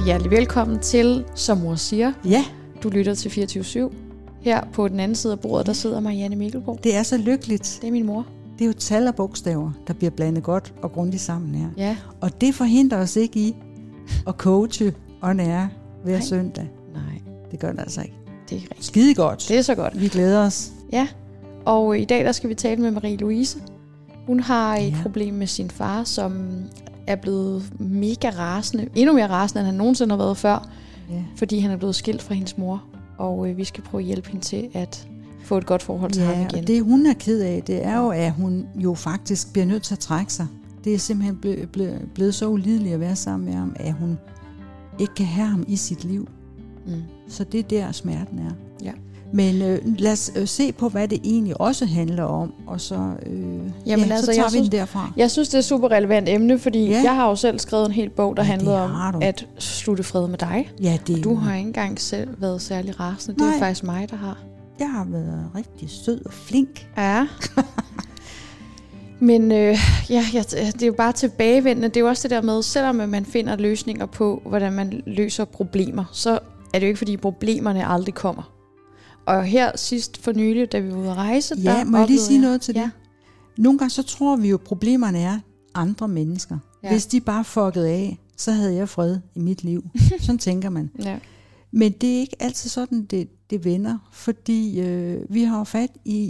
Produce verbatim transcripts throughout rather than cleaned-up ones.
Hjertelig velkommen til, som mor siger. Ja. Du lytter til fireogtyve syv. Her på den anden side af bordet, der sidder Marianne Mikkelborg. Det er så lykkeligt. Det er min mor. Det er jo tal og bogstaver, der bliver blandet godt og grundigt sammen her. Ja. Og det forhindrer os ikke i at coache og nære hver Nej. søndag. Nej. Det gør det altså ikke. Det er rigtigt. Skide godt. Det er så godt. Vi glæder os. Ja. Og i dag der skal vi tale med Marie-Louise. Hun har et ja. problem med sin far, som er blevet mega rasende. Endnu mere rasende, end han nogensinde har været før. Ja. Fordi han er blevet skilt fra hendes mor. Og øh, vi skal prøve at hjælpe hende til at få et godt forhold til ja, ham igen. Og det hun er ked af, det er jo, at hun jo faktisk bliver nødt til at trække sig. Det er simpelthen ble, ble, blevet så ulideligt at være sammen med ham, at hun ikke kan have ham i sit liv. Mm. Så det er der smerten er. Ja. Men øh, lad os øh, se på, hvad det egentlig også handler om, og så, øh, Jamen, ja, altså, så tager jeg vi synes, den derfra. Jeg synes, det er et super relevant emne, fordi ja. jeg har jo selv skrevet en hel bog, der ja, handlede om at slutte fred med dig. Ja, det og du har ikke engang selv været særlig rasende. Nej. Det er faktisk mig, der har. Jeg har været rigtig sød og flink. Ja. Men øh, ja, ja, det er jo bare tilbagevendende. Det er jo også det der med, selvom man finder løsninger på, hvordan man løser problemer, så er det jo ikke, fordi problemerne aldrig kommer. Og her sidst for nylig, da vi var ude at rejse, ja, der må jeg lige sige noget til ja. det? Nogle gange så tror vi jo, at problemerne er andre mennesker. Ja. Hvis de bare fuckede af, så havde jeg fred i mit liv. Sådan tænker man. Ja. Men det er ikke altid sådan, det, det vender, fordi øh, vi har fat i,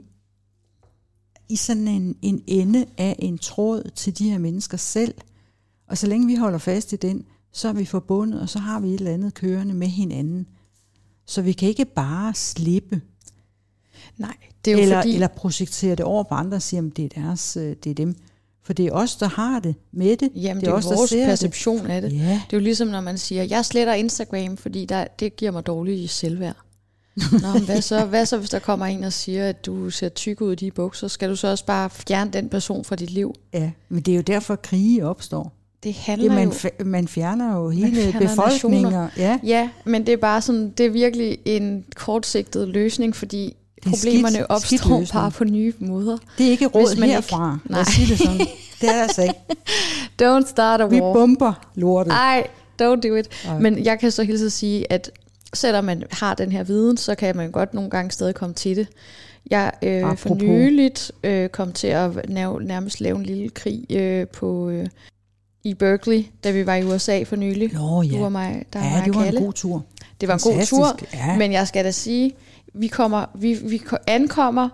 i sådan en, en ende af en tråd til de her mennesker selv. Og så længe vi holder fast i den, så er vi forbundet, og så har vi et eller andet kørende med hinanden. Så vi kan ikke bare slippe. Nej, det er jo eller, fordi... eller projektere det over på andre og sige, at det er deres, det er dem. For det er os, der har det med det. Jamen, det er, det er os, vores der perception det. af det. Ja. Det er jo ligesom, når man siger, jeg sletter Instagram, fordi der, det giver mig dårligt selvværd. Nå, men hvad så, hvad så, hvis der kommer en og siger, at du ser tyk ud i de bukser? Skal du så også bare fjerne den person fra dit liv? Ja, men det er jo derfor, at krige opstår. Det handler det, man, jo... f- man fjerner jo hele befolkninger. Ja. ja, men det er bare sådan, det er virkelig en kortsigtet løsning, fordi problemerne skidt, opstår skidt bare på nye måder. Det er ikke råd herfra. Ikke... Lad os sige det sådan. Det er der altså ikke. Don't start a war. Vi bomber lortet. Ej, don't do it. Ej. Men jeg kan så hilse at sige, at selvom man har den her viden, så kan man godt nogle gange stadig komme til det. Jeg øh, for nyligt øh, kom til at nær, nærmest lave en lille krig øh, på... Øh, i Berkeley, da vi var i U S A for nylig. Nå ja. Du og mig, der ja, var det var Kalle. en god tur. Det var en god tur, ja. Men jeg skal da sige, vi kommer, vi, vi ankommer,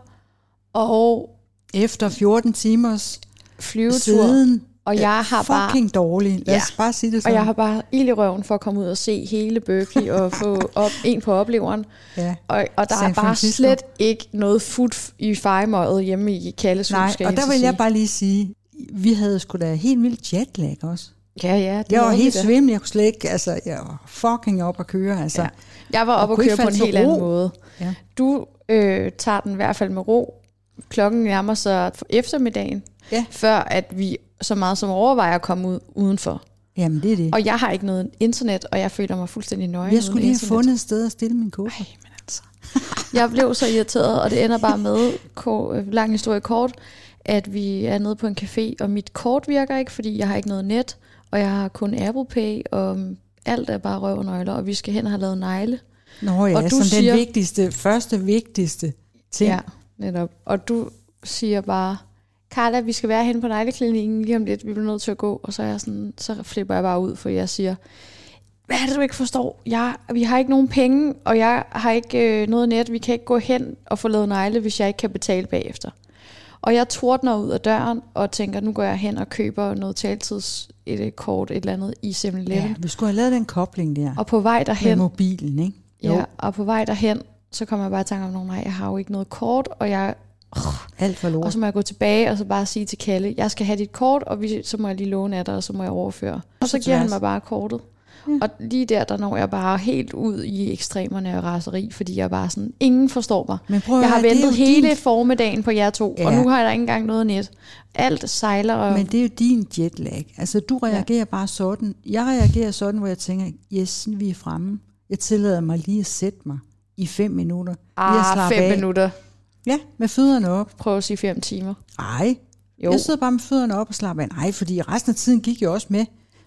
og efter fjorten timers flyvetur, siden, og jeg har fucking bare fucking dårlig. Lad os ja. bare sige det sådan. Og jeg har bare ild i røven for at komme ud og se hele Berkeley og få op, en på opleveren. Ja. Og, og der San er bare Francisco. Slet ikke noget food i fejemøjet hjemme i Kalles hus. Nej, og der vil jeg bare lige sige, vi havde sgu da helt vildt jetlag også. Ja, ja. Det jeg var helt det. svimmel, jeg kunne slet ikke, altså, jeg var fucking op at køre. Altså. Ja. Jeg var op at køre på en helt anden måde. Ja. Du øh, tager den i hvert fald med ro. Klokken nærmer sig eftermiddagen, ja. Før at vi så meget som overvejer at komme ud udenfor. Jamen, det er det. Og jeg har ikke noget internet, og jeg føler mig fuldstændig nøgen. Jeg skulle lige have fundet et sted at stille min kuffer. Ej, men altså. Jeg blev så irriteret, og det ender bare med, lang historie kort, at vi er nede på en café, og mit kort virker ikke, fordi jeg har ikke noget net, og jeg har kun Apple Pay, og alt er bare røv og nøgler, og vi skal hen og have lavet negle. Nå ja, og du som siger, den vigtigste, første vigtigste ting. Ja, netop. Og du siger bare, Carla, vi skal være hen på negleklinikken lige om lidt, vi bliver nødt til at gå, og så, er jeg sådan, så flipper jeg bare ud, for jeg siger, hvad er det, du ikke forstår? Jeg, vi har ikke nogen penge, og jeg har ikke øh, noget net, vi kan ikke gå hen og få lavet negle, hvis jeg ikke kan betale bagefter. Og jeg tordner ud af døren og tænker, nu går jeg hen og køber noget taltids, et kort, et eller andet i syv eleven. Ja, vi skulle have lavet den kobling der. Og på vej derhen. Med mobilen, ikke? Jo. Ja, og på vej derhen, så kommer jeg bare i tanke om, nej, jeg har jo ikke noget kort, og jeg... Oh, alt for lort. Og så må jeg gå tilbage og så bare sige til Kalle, jeg skal have dit kort, og vi, så må jeg lige låne af dig, og så må jeg overføre. Og så giver han mig bare kortet. Ja. Og lige der, der når jeg bare helt ud i ekstremerne og raseri, fordi jeg bare sådan, ingen forstår mig. Men prøv, jeg har ventet hele din... formiddagen på jer to, ja. Og nu har jeg der ikke engang noget net. Alt sejler. Og... Men det er jo din jetlag. Altså du reagerer ja. bare sådan. Jeg reagerer sådan, hvor jeg tænker, yes, vi er fremme. Jeg tillader mig lige at sætte mig i fem minutter. Ah, fem af. minutter. Ja, med fødderne op. Prøv at sige fem timer. Ej, jo. Jeg sidder bare med fødderne op og slapper af. Nej, fordi resten af tiden gik jeg også med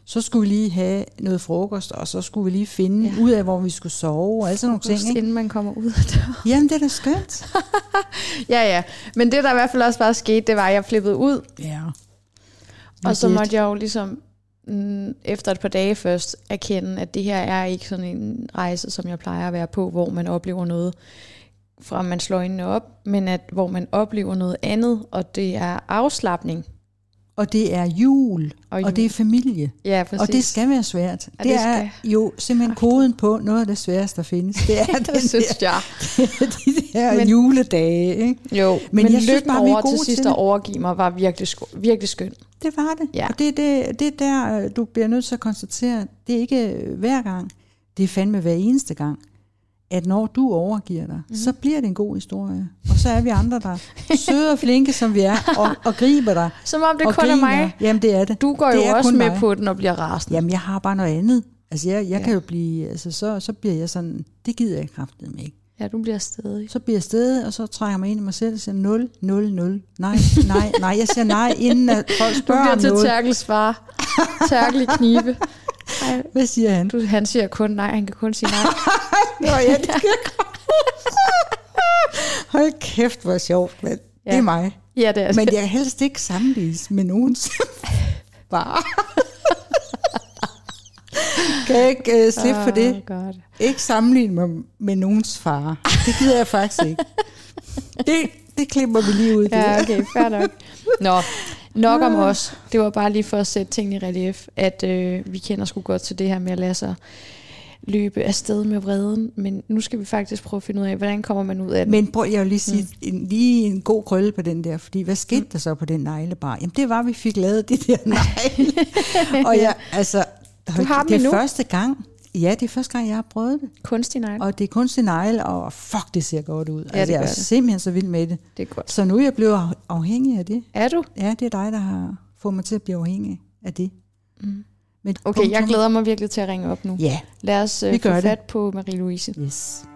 så skulle vi lige have noget frokost, og så skulle vi lige finde ja. ud af, hvor vi skulle sove, og alle sådan nogle ting. Ikke? Inden man kommer ud af døren. Jamen, det er da skønt. ja, ja. Men det, der i hvert fald også bare skete, det var, at jeg flippede ud. Ja. Og så måtte jeg jo ligesom mm, efter et par dage først erkende, at det her er ikke sådan en rejse, som jeg plejer at være på, hvor man oplever noget, fra man slår øjnene op, men at hvor man oplever noget andet, og det er afslapning. Og det er jul, og, jul. og det er familie. Ja, præcis. Og det skal være svært. Ja, det, det er jo simpelthen koden på noget af det sværeste, der findes. Det er det synes der, jeg. de der men, juledage. Ikke? Jo, men, men jeg lykken bare, over til sidst at overgive mig var virkelig, virkelig skøn. Det var det. Ja. Og det, det, det der, du bliver nødt til at konstatere, det er ikke hver gang. Det er fandme hver eneste gang. At når du overgiver dig, mm-hmm. så bliver det en god historie. Og så er vi andre, der søde og flinke, som vi er, og, og griber dig. Som om det kun griner. er mig. Jamen, det er det. Du går det jo også med mig. på den og bliver rasende. Jamen, jeg har bare noget andet. Altså, jeg, jeg ja. kan jo blive, altså, så, så bliver jeg sådan, det gider jeg kraftedeme ikke. Ja, du bliver stedig. Så bliver jeg stedig, og så trækker jeg mig ind i mig selv og siger nul, nul, nul. Nej, nej, nej. Jeg siger nej, inden at folk spørger om noget. Du bliver til Terkels far. Terkel i knibe. Ej. Hvad siger han? Du, han siger kun nej, han kan kun sige nej. Nå, ja, det hold kæft, hvor sjovt, men ja. Det er mig. Ja, det er det. Men jeg kan helst ikke sammenlignes med nogens far. Kan jeg ikke uh, slippe oh, for det? God. Ikke sammenligne mig med nogens far. Det gider jeg faktisk ikke. Det, det klipper vi lige ud. Ja, okay, fair nok. Nå, nok om os. Det var bare lige for at sætte tingene i relief, at øh, vi kender sgu godt til det her med at lade sig løbe afsted med vreden, men nu skal vi faktisk prøve at finde ud af, hvordan kommer man ud af det. Men prøv, jeg vil lige sige, mm. en, lige en god krølle på den der, fordi hvad skete mm. der så på den neglebar? Jamen det var, vi fik lavet de der negle. Og jeg, altså, du har det er nu? første gang, ja, det er første gang, jeg har prøvet det. Kunstig negle. Og det er kunstig negle, og fuck, det ser godt ud. Ja, altså, jeg er det. simpelthen så vild med det. Det er godt. Så nu er jeg blevet afhængig af det. Er du? Ja, det er dig, der har fået mig til at blive afhængig af det. Mm. Men, okay, punktum. Jeg glæder mig virkelig til at ringe op nu. Ja, lad os uh, få fat det. På Marie-Louise. Yes.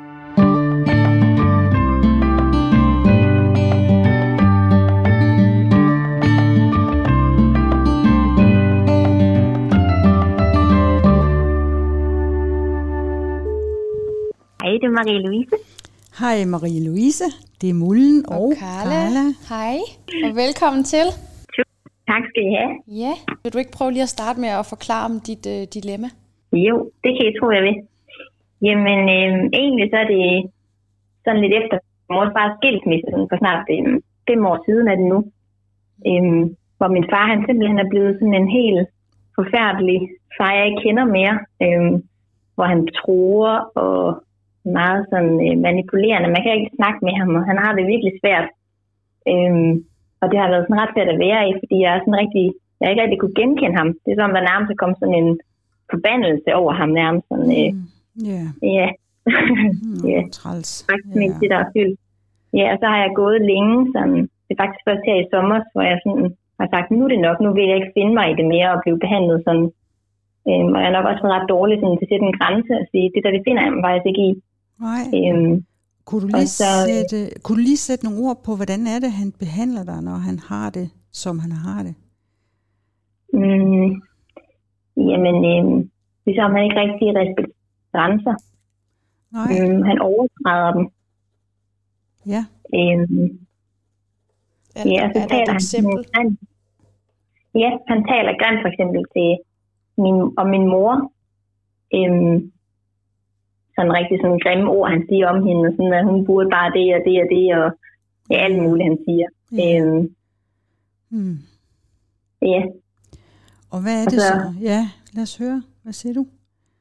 Hej, det er Marie-Louise. Hej Marie-Louise, det er Mullen og, og Carla. Hej, og velkommen til. Tak skal I have. Ja, vil du ikke prøve lige at starte med at forklare om dit uh, dilemma? Jo, det kan jeg tro, jeg vil. Jamen, øh, egentlig så er det sådan lidt efter mors fars skilsmisse for snart øh, fem år siden er det nu. Øh, hvor min far, han simpelthen er blevet sådan en helt forfærdelig far, jeg ikke kender mere. Øh, hvor han tror og meget sådan øh, manipulerende. Man kan ikke snakke med ham, og han har det virkelig svært. Øh, Og det har været sådan ret svært at være i, fordi jeg er sådan rigtig, jeg ikke rigtig kunne genkende ham. Det er som, der nærmest kom sådan en forbandelse over ham nærmest. Sådan, øh, mm, yeah. Ja. mm, ja. Træls. Faktisk yeah. det, der er fyldt. Ja, og så har jeg gået længe. Sådan, det er faktisk først her i sommer, hvor jeg sådan har sagt, nu er det nok, nu vil jeg ikke finde mig i det mere og blive behandlet sådan. Øhm, og jeg er nok også ret dårlig sådan, til at sætte en grænse og sige, det der, det finder jeg mig faktisk ikke i. Nej. Øhm, Kunne du, lige så, sætte, kunne du lige sætte nogle ord på, hvordan er det, han behandler dig, når han har det, som han har det? Mm, jamen, øh, ligesom han ikke rigtig respekterer grænser. Nej. Øh, han overtræder dem. Ja. Øh, er, ja, så er taler der et eksempel? Han, ja, han taler grimt for eksempel til min, om min mor. Øh, sådan rigtig sådan grimme ord, han siger om hende, og sådan, at hun burde bare det og det og det, og ja, alt muligt, han siger. Ja. Øhm, hmm. ja. Og hvad er det så? så? Ja, lad os høre. Hvad siger du?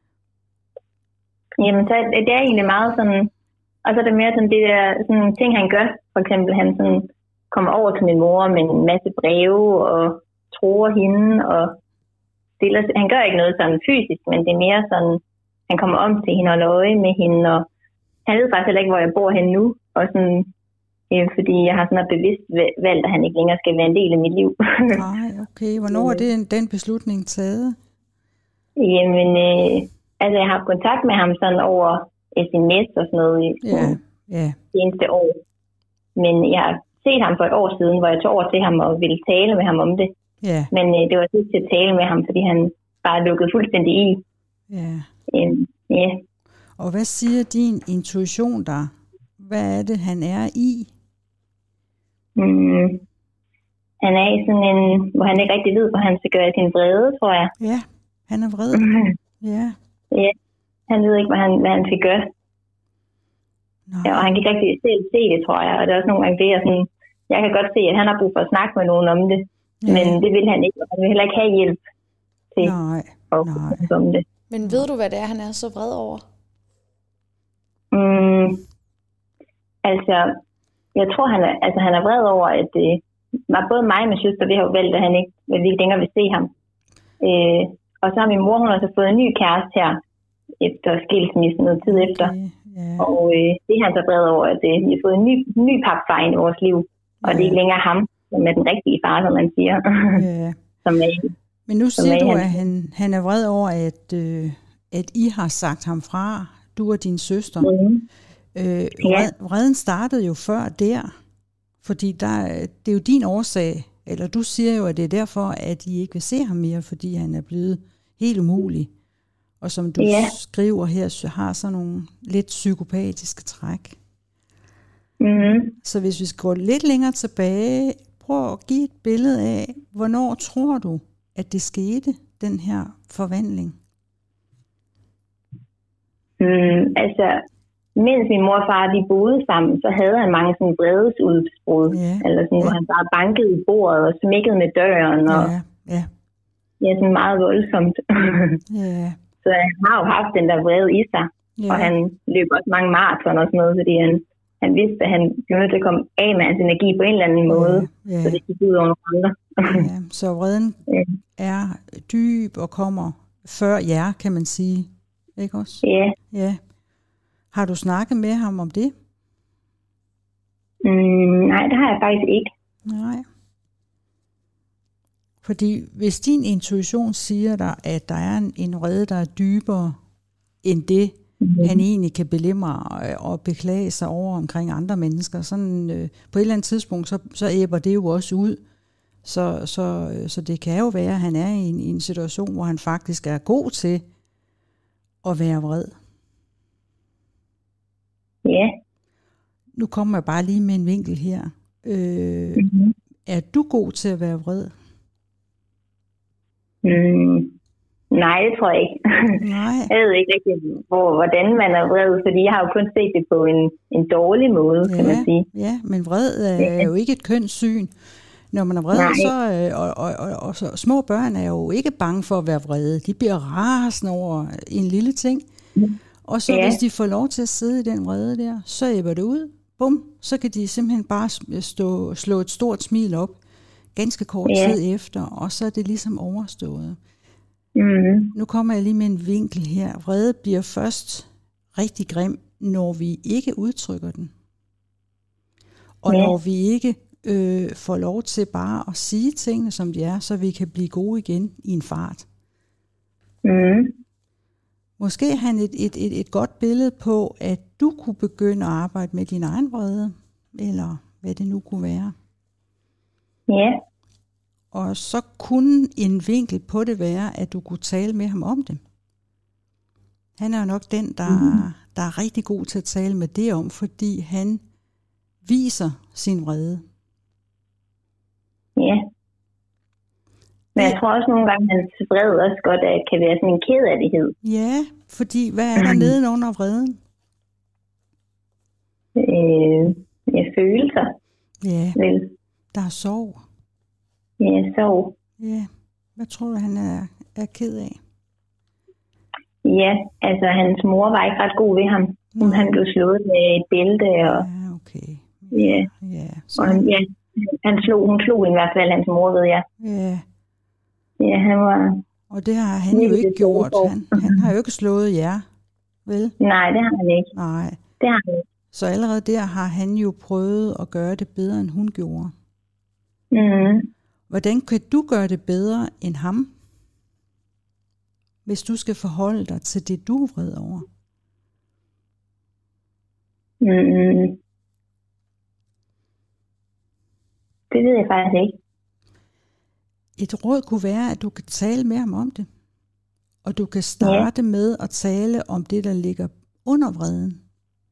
Jamen, så det er egentlig meget sådan, og så er det mere sådan, det der sådan, ting, han gør. For eksempel, han sådan kommer over til min mor med en masse breve, og tror hende, og stiller, han gør ikke noget sådan fysisk, men det er mere sådan, han kommer om til hende og holder øje med hende, og han ved faktisk heller ikke, hvor jeg bor henne nu, og sådan, øh, fordi jeg har sådan bevidst valgt, at han ikke længere skal være en del af mit liv. Nej, okay. Hvornår er det den beslutning taget? Jamen, øh, altså jeg har haft kontakt med ham sådan over sms og sådan noget i ja, ja. det eneste år. Men jeg har set ham for et år siden, hvor jeg tog over til ham og ville tale med ham om det. Ja. Men øh, det var ikke til at tale med ham, fordi han bare lukket fuldstændig i. Ja. Øhm, ja. Og hvad siger din intuition der? Hvad er det, han er i? Mm. Han er i sådan en, hvor han ikke rigtig ved, hvor han skal gøre sin vrede, tror jeg. Ja, han er vred. Ja. Ja, han ved ikke, hvad han, hvad han skal gøre. Nej. Ja, og han kan ikke rigtig selv se det, tror jeg. Og der er også nogle gange det, jeg, sådan, jeg kan godt se, at han har brug for at snakke med nogen om det. Ja. Men det vil han ikke, og han vil heller ikke have hjælp til Nej. at Nej. om det. Men ved du, hvad det er, han er så vred over? Mm, altså, jeg tror, han er, altså, han er vred over, at det var både mig og min søster, vi har jo valgt, at han ikke, at vi ikke længere vil se ham. Øh, og så har min mor, hun har så fået en ny kæreste her, efter skilsmissen noget tid efter. Okay. Ja. Og øh, det er han så vred over, at øh, vi har fået en ny, ny papfar i vores liv. Og ja. Det er ikke længere ham, som er den rigtige far, som man siger. Ja. som er, Men nu siger som du, er, at han, han er vred over, at, øh, at I har sagt ham fra, du og din søster. Mm-hmm. Øh, Ja. vred, vreden startede jo før der, fordi der, det er jo din årsag, eller du siger jo, at det er derfor, at I ikke vil se ham mere, fordi han er blevet helt umulig. Og som du Ja. skriver her, så har sådan nogle lidt psykopatiske træk. Mm-hmm. Så hvis vi skal gå lidt længere tilbage, prøv at give et billede af, hvornår tror du, at det skete, den her forvandling? Mm, altså, mens min mor og far de boede sammen, så havde han mange sådan vredesudbrud. Ja, Eller sådan, ja. hvor han bare bankede i bordet og smækkede med døren. Og Ja, ja, ja, sådan meget voldsomt. ja, Så han har jo haft den der vrede i sig. ja. Og han løb også mange maraton og sådan noget, fordi han, han vidste, at han blev nødt til at komme af med hans energi på en eller anden måde. Ja, Så det skulle ud over nogle andre. ja. Så vreden Ja. er dyb og kommer før jer, kan man sige. Ikke også? Ja. Ja. Har du snakket med ham om det? Mm, nej, det har jeg faktisk ikke. Nej. Fordi hvis din intuition siger dig, at der er en, en vrede, der er dybere end det, mm-hmm. han egentlig kan belemre og beklage sig over omkring andre mennesker, sådan, øh, på et eller andet tidspunkt, så, så æbber det jo også ud. Så, så, så det kan jo være, at han er i en, i en situation, hvor han faktisk er god til at være vred. Ja. Nu kommer jeg bare lige med en vinkel her. Øh, Mm-hmm. er du god til at være vred? Mm, nej, det tror jeg ikke. Nej. Jeg ved ikke rigtig, hvor, hvordan man er vred, fordi jeg har jo kun set det på en, en dårlig måde, ja, kan man sige. Ja, men vred er Ja. jo ikke et kønssyn. Når man er vred, Nej. så, øh, og, og, og, og så små børn er jo ikke bange for at være vrede. De bliver rasende over en lille ting. Og så Ja. hvis de får lov til at sidde i den vrede der, så æbber det ud. Bum, så kan de simpelthen bare stå, slå et stort smil op ganske kort Ja. tid efter, og så er det ligesom overstået. Mm, Nu kommer jeg lige med en vinkel her. Vrede bliver først rigtig grim, når vi ikke udtrykker den. Og Ja. når vi ikke øh, får lov til bare at sige tingene, som de er, så vi kan blive gode igen i en fart. mm, Måske har han et, et, et, et godt billede på, at du kunne begynde at arbejde med din egen vrede, eller hvad det nu kunne være. ja. Og så kunne en vinkel på det være, at du kunne tale med ham om det. Han er jo nok den, der, mm. der er rigtig god til at tale med det om, fordi han viser sin vrede. Ja. Men jeg tror også nogle gange, at hans vrede også godt at kan være sådan en kedelighed. Ja, fordi hvad er der nedenunder vreden? Øh, ja, følelser. Ja, Vel. der er sorg. Ja, sorg. Ja, hvad tror du, han er, er ked af? Ja, altså hans mor var ikke ret god ved ham. Nå. Han blev slået med et bælte, og, Ja, okay. ja, Ja, så og han, han, ja, han slog, hun slog i hvert fald hans mor, ved jeg. ja, Ja, han var... og det har han jo Virkelig ikke gjort. sorgfor. Han, han har jo ikke slået jer, vel? Nej, det har han ikke. Nej. Det har han ikke. Så allerede der har han jo prøvet at gøre det bedre, end hun gjorde. Mm. Hvordan kan du gøre det bedre end ham? Hvis du skal forholde dig til det, du er vred over. Mm. Det ved jeg faktisk ikke. Et råd kunne være, at du kan tale med ham om det. Og du kan starte ja. med at tale om det, der ligger under vreden.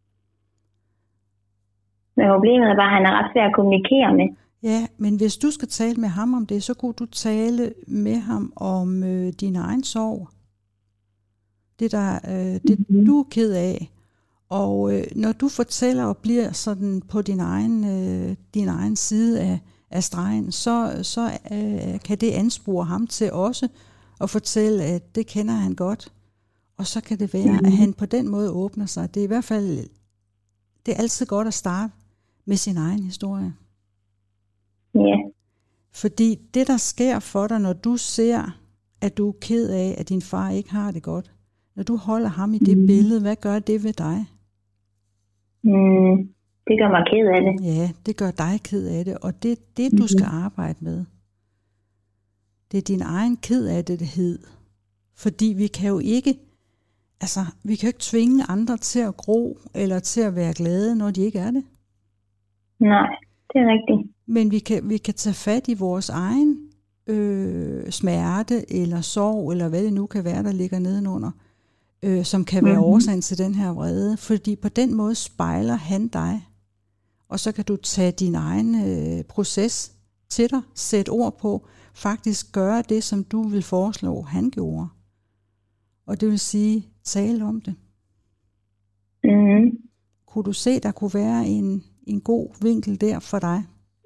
Men problemet er bare, at han er ret svær at kommunikere med. Ja, men hvis du skal tale med ham om det, så kunne du tale med ham om øh, din egen sorg. Det, der, øh, det mm-hmm. du er ked af. Og øh, når du fortæller og bliver sådan på din egen, øh, din egen side af, af stregen, så, så øh, kan det anspore ham til også at fortælle, at det kender han godt. Og så kan det være, mm-hmm. at han på den måde åbner sig. Det er i hvert fald, det er altid godt at starte med sin egen historie. Ja. Yeah. Fordi det, der sker for dig, når du ser, at du er ked af, at din far ikke har det godt, når du holder ham i det mm. billede, hvad gør det ved dig? Mm, det gør mig ked af det. Ja, det gør dig ked af det, og det er det, du mm. skal arbejde med. Det er din egen ked af det, fordi vi kan jo ikke, altså, vi kan jo ikke tvinge andre til at gro, eller til at være glade, når de ikke er det. Nej, det er rigtigt. Men vi kan, vi kan tage fat i vores egen øh, smerte, eller sorg, eller hvad det nu kan være, der ligger nedenunder, øh, som kan være mm-hmm. årsagen til den her vrede. Fordi på den måde spejler han dig, og så kan du tage din egen øh, proces til dig, sætte ord på, faktisk gøre det, som du vil foreslå, han gjorde. Og det vil sige, tale om det. Mm-hmm. Kunne du se, der kunne være en, en god vinkel der for dig?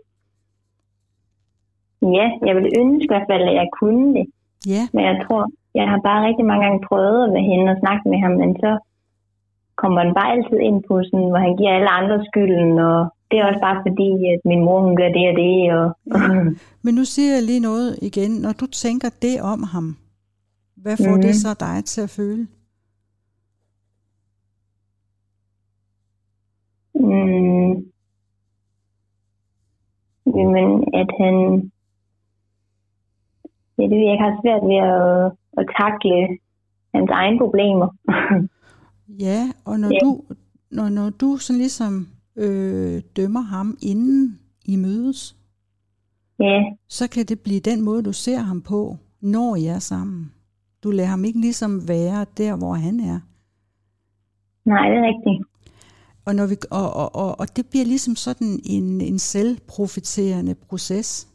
Ja, jeg vil ønske i hvert fald, at jeg kunne det. Ja. Men jeg tror, jeg har bare rigtig mange gange prøvet at være henne og snakke med ham, men så kommer den bare altid ind på sådan, hvor han giver alle andre skylden, og det er også bare fordi, at min mor hun gør det og det. Og ja. Men nu siger jeg lige noget igen. Når du tænker det om ham, hvad får mm-hmm. det så dig til at føle? Mm. Jamen, at han... Ja, det vil jeg ikke have svært ved at, at takle hans egne problemer. Ja, og når, ja. Du, når, når du sådan ligesom øh, dømmer ham inden I mødes, ja. så kan det blive den måde, du ser ham på, når I er sammen. Du lader ham ikke ligesom være der, hvor han er. Nej, det er rigtigt. Og, når vi, og, og, og, og det bliver ligesom sådan en, en selvprofiterende proces.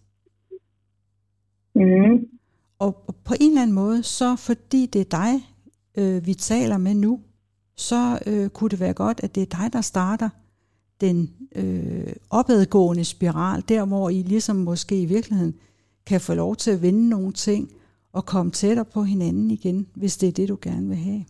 Mm. Og, og på en eller anden måde, så fordi det er dig, øh, vi taler med nu, så øh, kunne det være godt, at det er dig, der starter den øh, opadgående spiral, der hvor I ligesom måske i virkeligheden kan få lov til at vinde nogle ting, og komme tættere på hinanden igen, hvis det er det, du gerne vil have.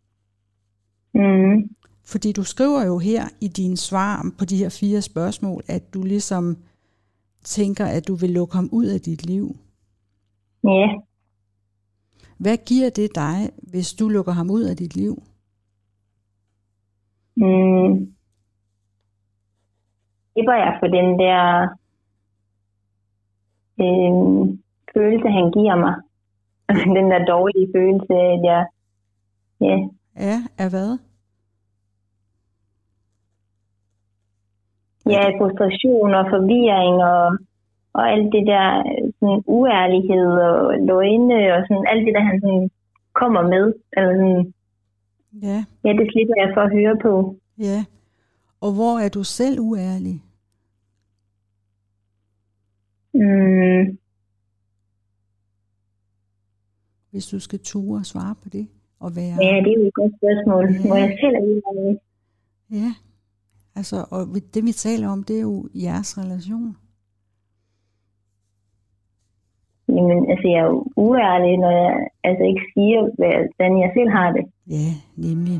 Mm. Fordi du skriver jo her i dine svar på de her fire spørgsmål, at du ligesom tænker, at du vil lukke ham ud af dit liv. Ja. Hvad giver det dig, hvis du lukker ham ud af dit liv? Mm. Slipper jeg for den der øh, følelse, han giver mig. Den der dårlige følelse, at jeg... Ja, ja af hvad? Ja, frustration og forvirring og, og alt det der sådan, uærlighed og løgne og sådan, alt det der, han sådan, kommer med. Eller sådan, ja. Ja, det slipper jeg for at høre på. Ja, og hvor er du selv uærlig? Mm. Hvis du skal ture og svare på det. Og være... Ja, det er jo et godt spørgsmål. Ja. Hvor jeg selv er uærlig. Ja. Altså, og det vi taler om, det er jo jeres relation. Jamen, altså jeg er jo uærlig, når jeg altså ikke siger, hvordan jeg selv har det. Ja, nemlig.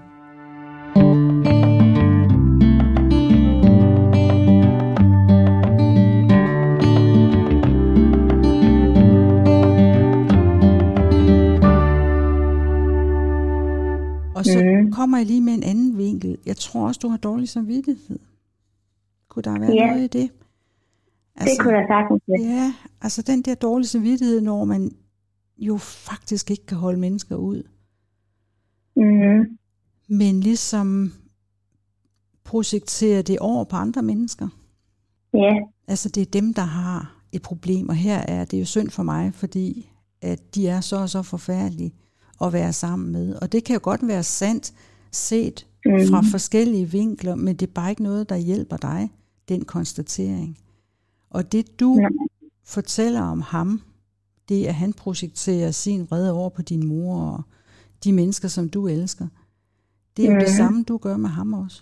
Og så mm. kommer jeg lige med en anden vinkel. Jeg tror også, du har dårlig samvittighed. Kunne der være ja. noget i det? Altså, det kunne jeg sagtens være. Ja, altså den der dårlige samvittighed, når man jo faktisk ikke kan holde mennesker ud. Mm. Men ligesom projekterer det over på andre mennesker. Ja. Altså det er dem, der har et problem, og her er det jo synd for mig, fordi at de er så og så forfærdelige. at være sammen med. Og det kan jo godt være sandt set Mm. fra forskellige vinkler, men det er bare ikke noget, der hjælper dig, den konstatering. Og det du Nej. fortæller om ham, det er, at han projekterer sin vrede over på din mor og de mennesker, som du elsker. Det er jo Mm. det samme, du gør med ham også.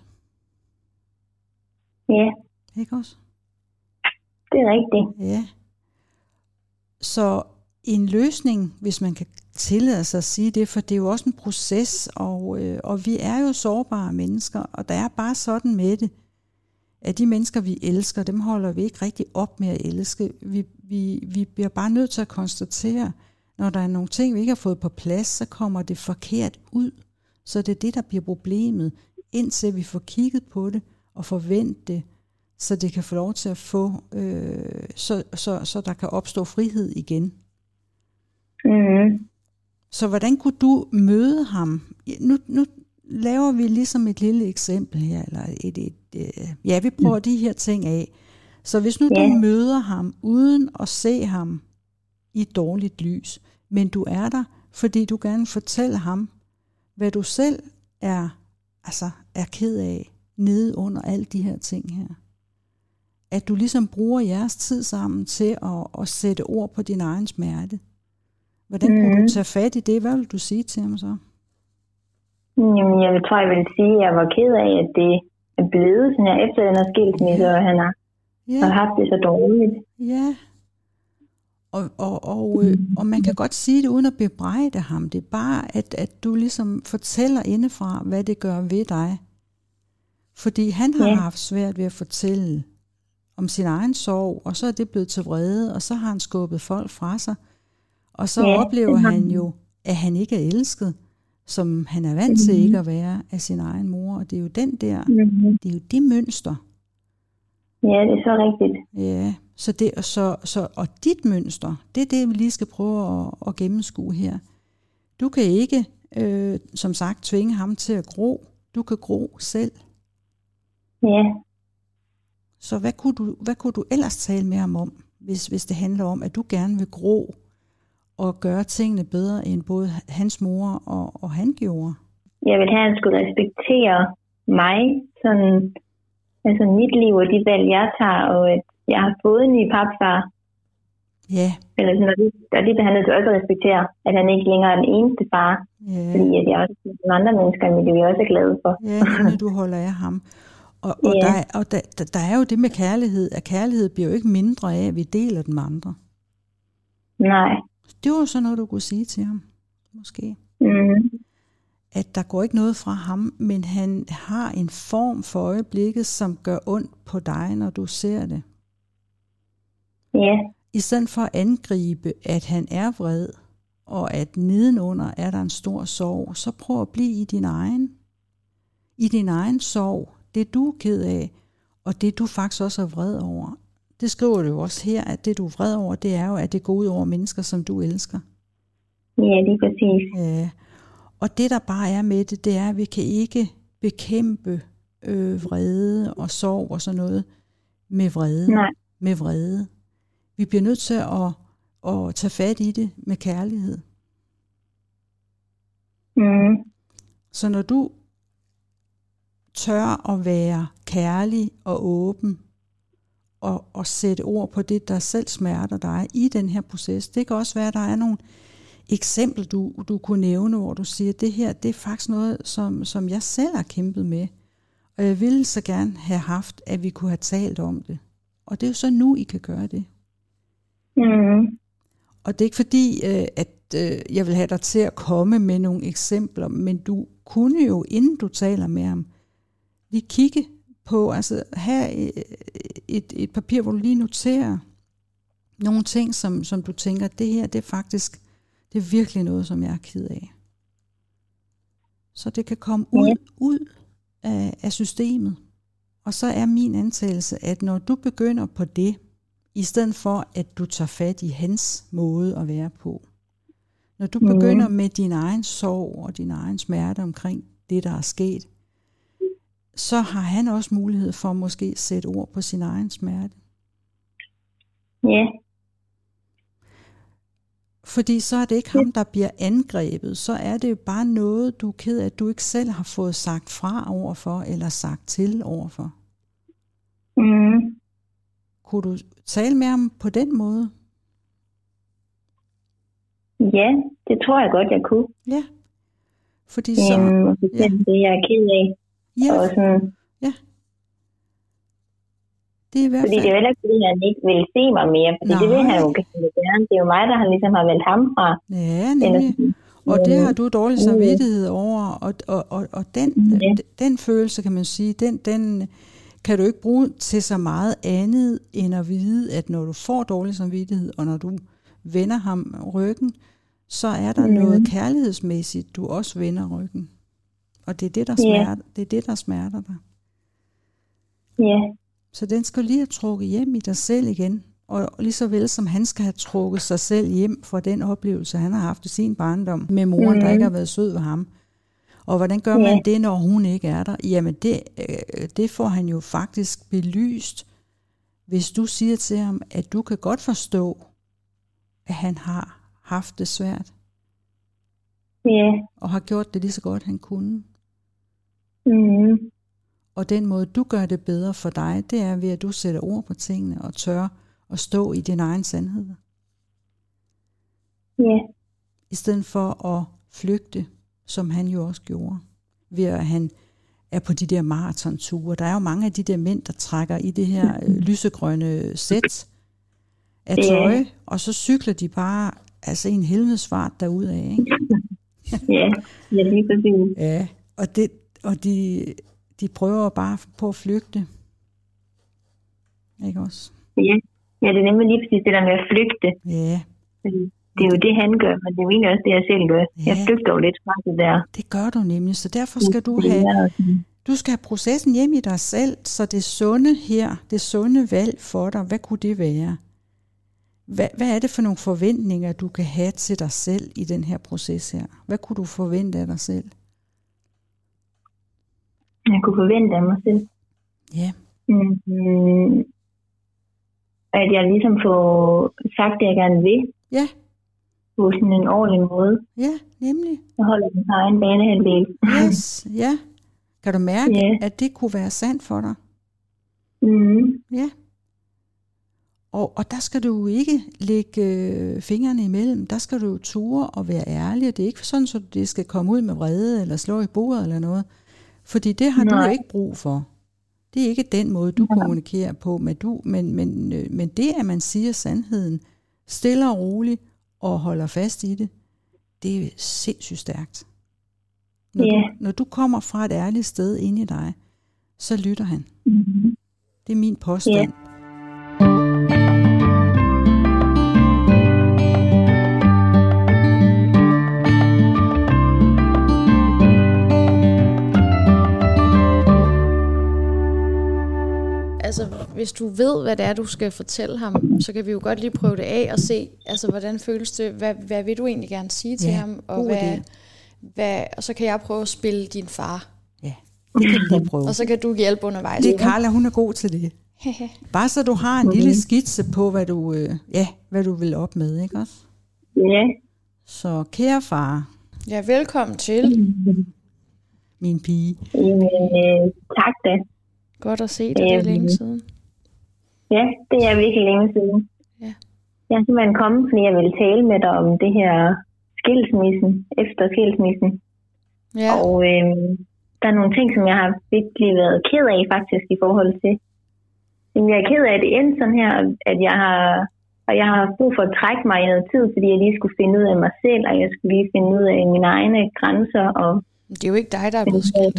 Ja, Ikke også? det er rigtigt. Ja. Så en løsning, hvis man kan tillade sig at sige det, for det er jo også en proces, og, øh, og vi er jo sårbare mennesker, og der er bare sådan med det, at de mennesker, vi elsker, dem holder vi ikke rigtig op med at elske. Vi, vi, vi bliver bare nødt til at konstatere, når der er nogle ting, vi ikke har fået på plads, så kommer det forkert ud. Så det er det, der bliver problemet, indtil vi får kigget på det og forventet det, så det kan få lov til at få, øh, så, så, så der kan opstå frihed igen. Mm. Så hvordan kunne du møde ham? Nu, nu laver vi ligesom et lille eksempel her, eller et, et, et, ja, vi prøver de her ting af. Så hvis nu Ja. du møder ham, uden at se ham i et dårligt lys, men du er der, fordi du gerne fortæller ham, hvad du selv er, altså er ked af, nede under alle de her ting her. At du ligesom bruger jeres tid sammen til at, at sætte ord på din egen smerte. Hvordan mm. kunne du tage fat i det? Hvad vil du sige til ham så? Jamen, jeg tror, jeg vil sige, at jeg var ked af, at det er blevet sådan her, efter den her skilsmisse, og han har, Ja. har haft det så dårligt. Ja. Og, og, og, øh, og man kan godt sige det uden at bebrejde ham. Det er bare, at, at du ligesom fortæller indefra, hvad det gør ved dig. Fordi han har Ja. haft svært ved at fortælle om sin egen sorg, og så er det blevet til vrede, og så har han skubbet folk fra sig. Og så Ja, oplever det har han han. jo, at han ikke er elsket, som han er vant til ikke at være af sin egen mor. Og det er jo den der, Mm-hmm. det er jo det mønster. Ja, det er så rigtigt. Ja, så det, så, så, og dit mønster, det er det, vi lige skal prøve at, at gennemskue her. Du kan ikke, øh, som sagt, tvinge ham til at gro. Du kan gro selv. Ja. Så hvad kunne du, hvad kunne du ellers tale med ham om, hvis, hvis det handler om, at du gerne vil gro og gøre tingene bedre, end både hans mor og, og han gjorde? Jeg vil have, at han skulle respektere mig, sådan, altså mit liv og de valg, jeg tager, og at jeg har fået en ny papfar. Ja, Eller sådan, og det, og det bliver han nødt til også at respektere, at han ikke længere er den eneste far. ja, Fordi at jeg også nogle andre mennesker, men det er jeg også glad for. ja, når du holder af ham. Og, og, Ja. der, er- og der, der, der er jo det med kærlighed, at kærlighed bliver jo ikke mindre af, at vi deler den med andre. Nej. Det var jo sådan noget, du kunne sige til ham, måske. Mm. At der går ikke noget fra ham, men han har en form for øjeblikket, som gør ondt på dig, når du ser det. Ja. I stedet for at angribe, at han er vred, og at nedenunder er der en stor sorg, så prøv at blive i din egen. I din egen sorg, det du er ked af, og det du faktisk også er vred over. Det skriver du jo også her, at det du er vred over, det er jo, at det går ud over mennesker, som du elsker. Ja, lige præcis. Ja. Og det der bare er med det, det er, at vi kan ikke bekæmpe øh, vrede og sorg og sådan noget med vrede. Nej. Med vrede. Vi bliver nødt til at, at tage fat i det med kærlighed. Mm. Så når du tør at være kærlig og åben og, og sætte ord på det, der selv smerter dig i den her proces. Det kan også være, at der er nogle eksempler, du, du kunne nævne, hvor du siger, at det her, det er faktisk noget, som, som jeg selv har kæmpet med. Og jeg ville så gerne have haft, at vi kunne have talt om det. Og det er jo så nu, I kan gøre det. Mm. Og det er ikke fordi, øh, at øh, jeg vil have dig til at komme med nogle eksempler, men du kunne jo, inden du taler med ham, lige kigge på, altså have et, et papir, hvor du lige noterer nogle ting, som, som du tænker, det her, det er faktisk, det er virkelig noget, som jeg er ked af. Så det kan komme ud, Ja. ud af, af systemet. Og så er min antagelse, at når du begynder på det, i stedet for at du tager fat i hans måde at være på, når du Mhm. begynder med din egen sorg og din egen smerte omkring det, der er sket, så har han også mulighed for måske at sætte ord på sin egen smerte. Ja. Fordi så er det ikke ham, der bliver angrebet. Så er det jo bare noget, du er ked af, at du ikke selv har fået sagt fra overfor, eller sagt til overfor. Mm. Kunne du tale med ham på den måde? Ja, det tror jeg godt, jeg kunne. Ja. Fordi så... Øhm, og ja. det jeg er ked af. Ja. Og sådan, Ja. Det er i hvert fordi fald... det er jo heller ikke, fordi han ikke vil se mig mere. Fordi Nej. det vil han jo gerne. Det er jo mig, der han ligesom har vendt ham fra. Ja, nemlig. Og det har du dårlig samvittighed over. Og, og, og, og den, Ja. den følelse, kan man sige, den, den kan du ikke bruge til så meget andet, end at vide, at når du får dårlig samvittighed, og når du vender ham ryggen, så er der Mm. noget kærlighedsmæssigt, du også vender ryggen. Og det er det, der Ja. smerter, det er det, der smerter dig. Ja, Så den skal lige have trukket hjem i dig selv igen. Og lige så vel som han skal have trukket sig selv hjem fra den oplevelse, han har haft i sin barndom med moren, mm. der ikke har været sød ved ham. Og hvordan gør man Ja. det, når hun ikke er der? Jamen det, øh, det får han jo faktisk belyst, hvis du siger til ham, at du kan godt forstå, at han har haft det svært, ja. og har gjort det lige så godt, han kunne. Mm. Og den måde, du gør det bedre for dig, det er ved, at du sætter ord på tingene og tør at stå i din egen sandhed. Ja, I stedet for at flygte, som han jo også gjorde, ved at han er på de der maratonture. Der er jo mange af de der mænd, der trækker i det her øh, lysegrønne sæt af tøj, Ja. og så cykler de bare altså i en helvedesfart derudad, ikke? ja. Ja, lige præcis. Ja, og, det, og de, de prøver bare på at flygte. Ikke også? Ja. Ja, det er nemlig lige præcis det der med at flygte. Ja, Det er jo det, han gør, men det er jo egentlig også det, jeg selv gør. Ja. Jeg flygter jo lidt fra det der. det gør du nemlig, så derfor skal du Det have, er sådan, du skal have processen hjem i dig selv, så det sunde her, det sunde valg for dig, hvad kunne det være? Hvad, hvad er det for nogle forventninger, du kan have til dig selv i den her proces her? Hvad kunne du forvente af dig selv? jeg kunne forvente af mig selv. Ja, Mm, at jeg ligesom får sagt det, jeg gerne vil, ja, på sådan en ordentlig måde. ja, nemlig. Jeg holder min egen banehalvdel. Yes, ja. Kan du mærke, Ja. at det kunne være sandt for dig? Mm, Ja. Og, og der skal du jo ikke lægge øh, fingrene imellem. Der skal du jo ture og være ærlig. Det er ikke sådan, at det skal komme ud med vrede eller slå i bordet eller noget. Fordi det har Nej. du ikke brug for. Det er ikke den måde, du kommunikerer på. Men, du, men, men, øh, men det, at man siger sandheden stille og roligt og holder fast i det, det er sindssygt stærkt. Når, Ja. du, når du kommer fra et ærligt sted inde i dig, så lytter han. mm, Det er min påstand. Altså, hvis du ved, hvad det er, du skal fortælle ham, så kan vi jo godt lige prøve det af og se, altså, hvordan føles det, hvad, hvad vil du egentlig gerne sige til Ja, ham, og, god hvad, idé. hvad, og så kan jeg prøve at spille din far, Ja, det kan vi lige prøve. og så kan du hjælpe undervejs. Det er Carla, hun er god til det. Bare så du har en lille skitse på, hvad du, øh, ja, hvad du vil op med, ikke også? ja. Så kære far, Ja, velkommen til. min pige. Jamen, øh, tak da. Godt at se dig, det er længe siden. Ja, det er virkelig længe siden. Ja. Jeg er simpelthen kommet, fordi jeg ville tale med dig om det her skilsmissen, efter skilsmissen. Ja, Og øh, der er nogle ting, som jeg har virkelig været ked af faktisk i forhold til. Jamen, jeg er ked af, at det endte sådan her, at jeg har, og jeg har haft brug for at trække mig i noget tid, fordi jeg lige skulle finde ud af mig selv, og jeg skulle lige finde ud af mine egne grænser. Og det er jo ikke dig, der er blevet skilt.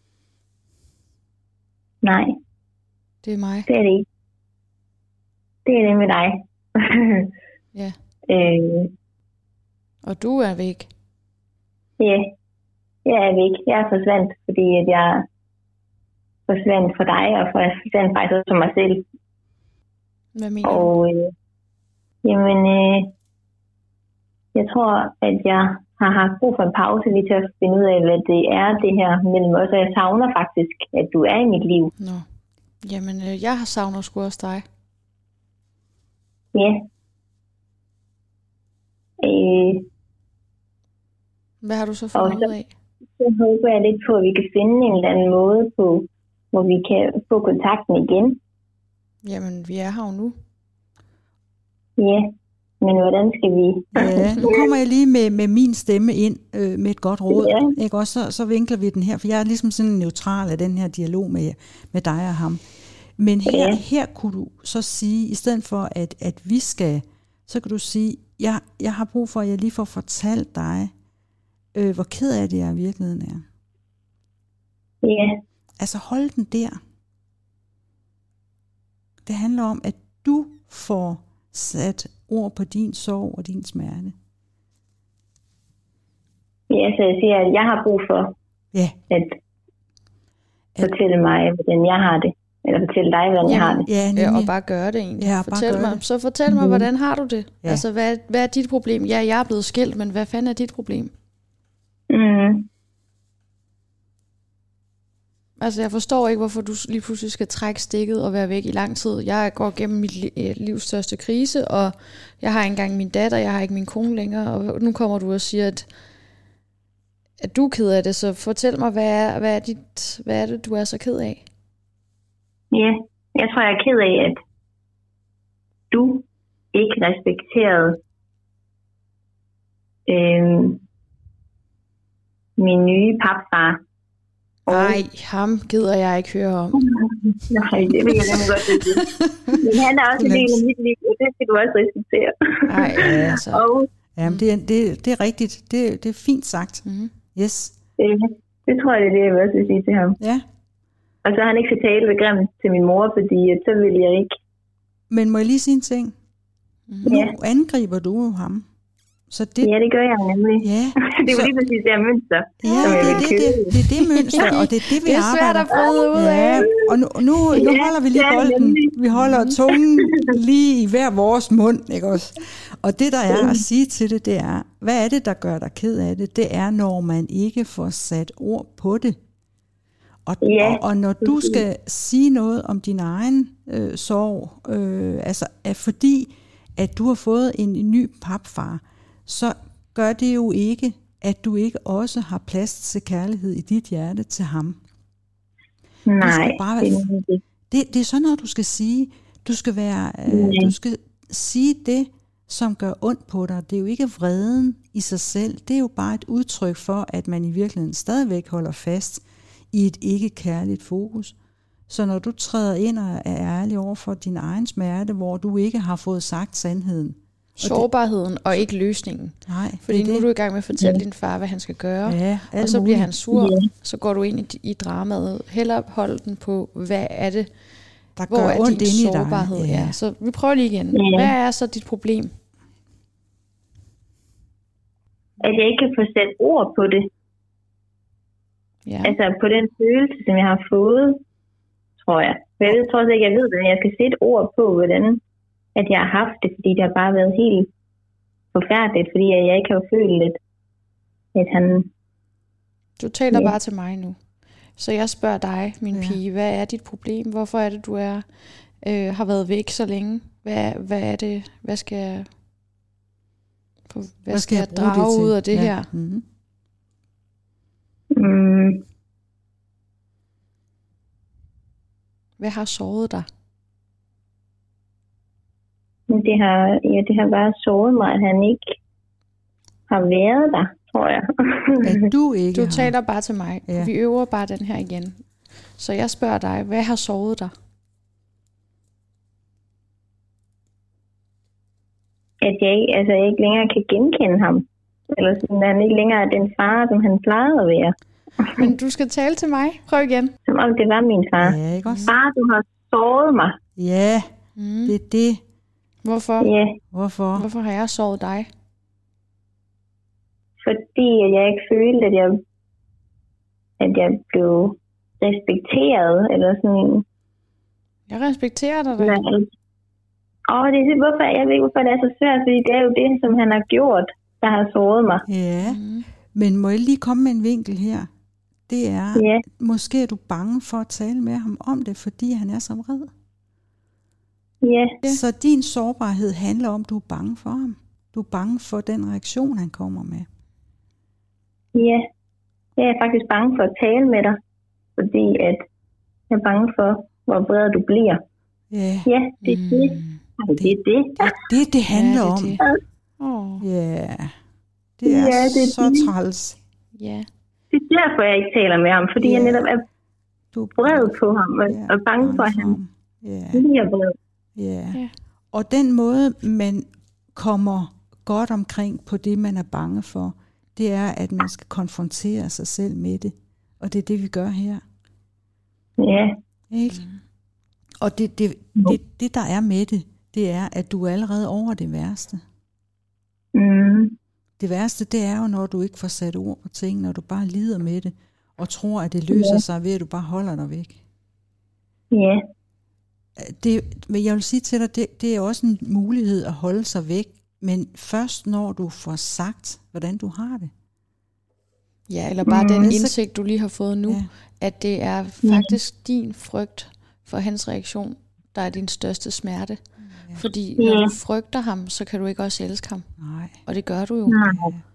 nej, Det er mig. det er det ikke. Det er det med dig. Ja. øh, Og du er væk. Ja, jeg er væk. Jeg er forsvandt, fordi at jeg forsvandt fra dig, og forsvandt faktisk også for mig selv. Hvad mener du? Og øh, jamen, øh, jeg tror, at jeg har haft brug for en pause lige til at finde ud af, hvad det er, det her mellem os. Og jeg savner faktisk, at du er i mit liv. Nå. Jamen, øh, jeg har savnet sgu også dig. Ja. Øh, Øh, Hvad har du så fundet Og så- ud af? så håber jeg lidt på, at vi kan finde en eller anden måde på, hvor vi kan få kontakten igen. Jamen, vi er her jo nu. Ja, men hvordan skal vi? Ja, nu kommer jeg lige med, med min stemme ind øh, med et godt råd. Ja. Ikke? Også, så, så vinkler vi den her, for jeg er ligesom sådan neutral af den her dialog med, med dig og ham. Men her, Ja. her kunne du så sige, i stedet for at, at vi skal, så kan du sige, jeg, jeg har brug for, at jeg lige får fortalt dig, øh, hvor ked af det jeg i virkeligheden er. Ja, Altså hold den der. Det handler om, at du får sat ord på din sorg og din smerte. ja, så jeg siger, at jeg har brug for Ja, at fortælle mig, hvordan jeg har det. Eller fortælle dig, hvordan jeg har det. ja, Ja, nemlig. og bare gøre det egentlig. Ja, bare fortæl gøre mig, det. Så fortæl mig, hvordan har du det? Ja. Altså, hvad, hvad er dit problem? Ja, jeg er blevet skilt, men hvad fanden er dit problem? Mm. Altså, jeg forstår ikke, hvorfor du lige pludselig skal trække stikket og være væk i lang tid. Jeg går gennem mit li- øh, livs største krise, og jeg har ikke engang min datter, jeg har ikke min kone længere, og nu kommer du og siger, at, at du er ked af det, så fortæl mig, hvad er, hvad, er dit, hvad er det, du er så ked af? Ja, jeg tror, jeg er ked af, at du ikke respekterede øhm, min nye papfar. Nej, ham gider jeg ikke høre om. Nej, det vil jeg nemlig godt sige. Men han er også en del af mit liv, og det skal du også respektere. Nej, altså. Og Jamen, det, er, det, det er rigtigt. Det, det er fint sagt. Mm-hmm. Yes. øh, det tror jeg, det er det, jeg vil også vil sige til ham. Ja. Og så har han ikke så tale ved grimt til min mor, fordi at så vil jeg ikke. Men må jeg lige sige en ting? Mm-hmm. Nu Ja. angriber du jo ham. Så det, Ja, det gør jeg nemlig. ja, Det er jo så, lige præcis det her mønster. ja som jeg det, vil er det, købe. det, det er det mønster, og det er det, vi Det er svært arbejder. at bryde ud af. Ja, og nu, nu, nu Ja, holder vi lige ja, bolden. nemlig. Vi holder tungen lige i hver vores mund, ikke også? Og det, der er at sige til det, det er, hvad er det, der gør dig ked af det? Det er, når man ikke får sat ord på det. Og, Ja, og, og når du skal sige noget om din egen øh, sorg, øh, altså at fordi at du har fået en, en ny papfar, så gør det jo ikke, at du ikke også har plads til kærlighed i dit hjerte til ham. Nej, skal bare det være- er nemlig det. Det, det er sådan noget, du skal sige. Du skal være, øh, Mm. du skal sige det, som gør ondt på dig. Det er jo ikke vreden i sig selv. Det er jo bare et udtryk for, at man i virkeligheden stadigvæk holder fast i et ikke-kærligt fokus. Så når du træder ind og er ærlig over for din egen smerte, hvor du ikke har fået sagt sandheden. Sårbarheden og ikke løsningen. Nej, Fordi det nu er er det. du i gang med at fortælle din far, hvad han skal gøre. Ja, Og alt så bliver muligt. han sur. Ja. Så går du ind i, i dramaet. Hellere hold den på, hvad er det, der hvor gør er ondt din inde i dig. sårbarhed? Ja. Så vi prøver lige igen. Ja. Hvad er så dit problem? At jeg ikke kan få sat ord på det. Ja. Altså på den følelse, som jeg har fået, tror jeg. For jeg ved, tror også ikke, jeg ved, hvordan jeg skal sætte ord på, hvordan at jeg har haft det, fordi det har bare været helt forfærdeligt, fordi jeg ikke har følt, at, at han... Du taler Ja. bare til mig nu. Så jeg spørger dig, min Ja. pige, hvad er dit problem? Hvorfor er det, du er øh, har været væk så længe? Hvad, hvad er det? Hvad skal jeg, hvad, hvad skal jeg bruge det drage til? ud af det Ja. her? Mm-hmm. Mm, Hvad har såret dig? men det har, ja, det har bare såret mig, at han ikke har været der, tror jeg. At du ikke Du har. taler bare til mig. Ja. Vi øver bare den her igen. Så jeg spørger dig, hvad har såret dig? at jeg, ikke- altså, jeg ikke længere kan genkende ham. Eller sådan, at han ikke længere er den far, som han plejede at være. Men du skal tale til mig. Prøv igen. Som om det var min far. Ja, ikke også? Far, du har såret mig. Ja, Mm. det er det. Hvorfor? Ja, Hvorfor? Hvorfor har jeg såret dig? fordi at jeg ikke følte, at jeg, at jeg blev respekteret. Eller sådan. Jeg respekterer dig da. Nej. Åh, det er, hvorfor, jeg ved ikke, hvorfor det er så svært, fordi det er jo det, som han har gjort, der har såret mig. Ja, Mm. men må jeg lige komme med en vinkel her? Det er, Ja, måske er du bange for at tale med ham om det, fordi han er så vred. ja, Så din sårbarhed handler om, at du er bange for ham. Du er bange for den reaktion, han kommer med. Ja, jeg er faktisk bange for at tale med dig, fordi at jeg er bange for, hvor vred du bliver. Ja, Ja, det er det. mm, det, det er det. Det, det, det handler Ja, om. det er det. Åh, Ja, det er, Ja, det er så det. træls. ja. Det er derfor, jeg ikke taler med ham, fordi Ja. jeg netop er Du er vred på ham, og, Ja, og bange for, at han ham. Ja, bliver vred. ja. Ja. Og den måde, man kommer godt omkring på det, man er bange for, det er, at man skal konfrontere sig selv med det. Og det er det, vi gør her. Ja, Ikke? Og det, det, det, det, der er med det, det er, at du er allerede over det værste. mm, Det værste, det er jo, når du ikke får sat ord på ting, når du bare lider med det, og tror, at det løser sig ved, at du bare holder dig væk. ja, Det, men jeg vil sige til dig, det, det er også en mulighed at holde sig væk, men først når du får sagt, hvordan du har det. Ja, eller bare den Mm. indsigt, du lige har fået nu, Ja. at det er faktisk din frygt for hans reaktion, der er din største smerte. Ja. Fordi Ja. når du frygter ham, så kan du ikke også elske ham. Nej. Og det gør du jo. nej,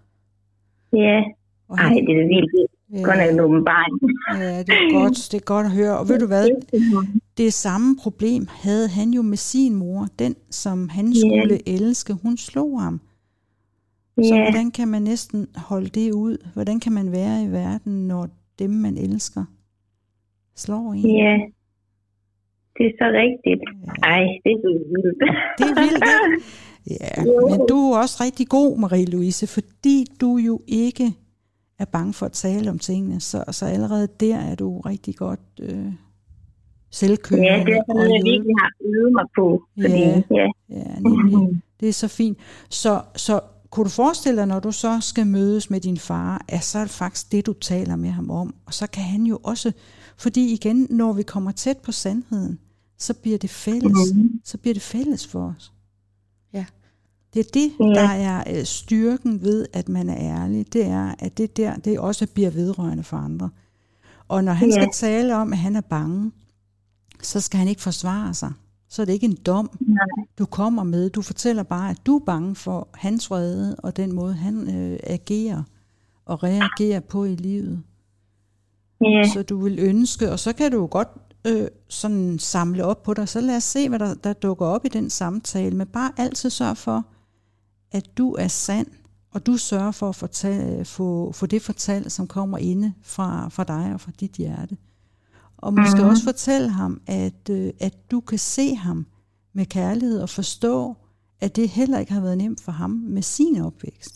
ja. Og Ej, det er vildt. ja, Godt nok en åbenbaring. ja, det er godt, det er godt at høre. Og ved du hvad, det samme problem havde han jo med sin mor. Den, som han skulle elske, hun slog ham. Så Ja, hvordan kan man næsten holde det ud? Hvordan kan man være i verden, når dem, man elsker, slår en? ja. Det er så rigtigt. Ej, det er så vildt. Det er vildt, ikke? Ja, men du er også rigtig god, Marie-Louise, fordi du jo ikke er bange for at tale om tingene, så, så allerede der er du rigtig godt øh, selvkørende. Ja, det er sådan noget, jeg og hjælp- virkelig har øvet mig på. Fordi, Ja. ja. Ja, nemlig. Det er så fint. Så, så kunne du forestille dig, når du så skal mødes med din far, at så er det faktisk det, du taler med ham om. Og så kan han jo også, fordi igen, når vi kommer tæt på sandheden, så bliver det fælles. Mhm. Så bliver det fælles for os. Ja. Det er det, Ja. der er øh, styrken ved, at man er ærlig. Det er, at det der, det også bliver vedrørende for andre. Og når han Ja. skal tale om, at han er bange, så skal han ikke forsvare sig. Så er det ikke en dom, Nej. du kommer med. Du fortæller bare, at du er bange for hans vrede, og den måde, han øh, agerer og reagerer på i livet. Ja. Så du vil ønske, og så kan du jo godt øh, sådan samle op på dig. Så lad os se, hvad der, der dukker op i den samtale. Men bare altid sørg for, at du er sand, og du sørger for at fortælle, få, få det fortalt, som kommer inde fra, fra dig og fra dit hjerte. Og måske Mhm. også fortælle ham, at, øh, at du kan se ham med kærlighed og forstå, at det heller ikke har været nemt for ham med sin opvækst.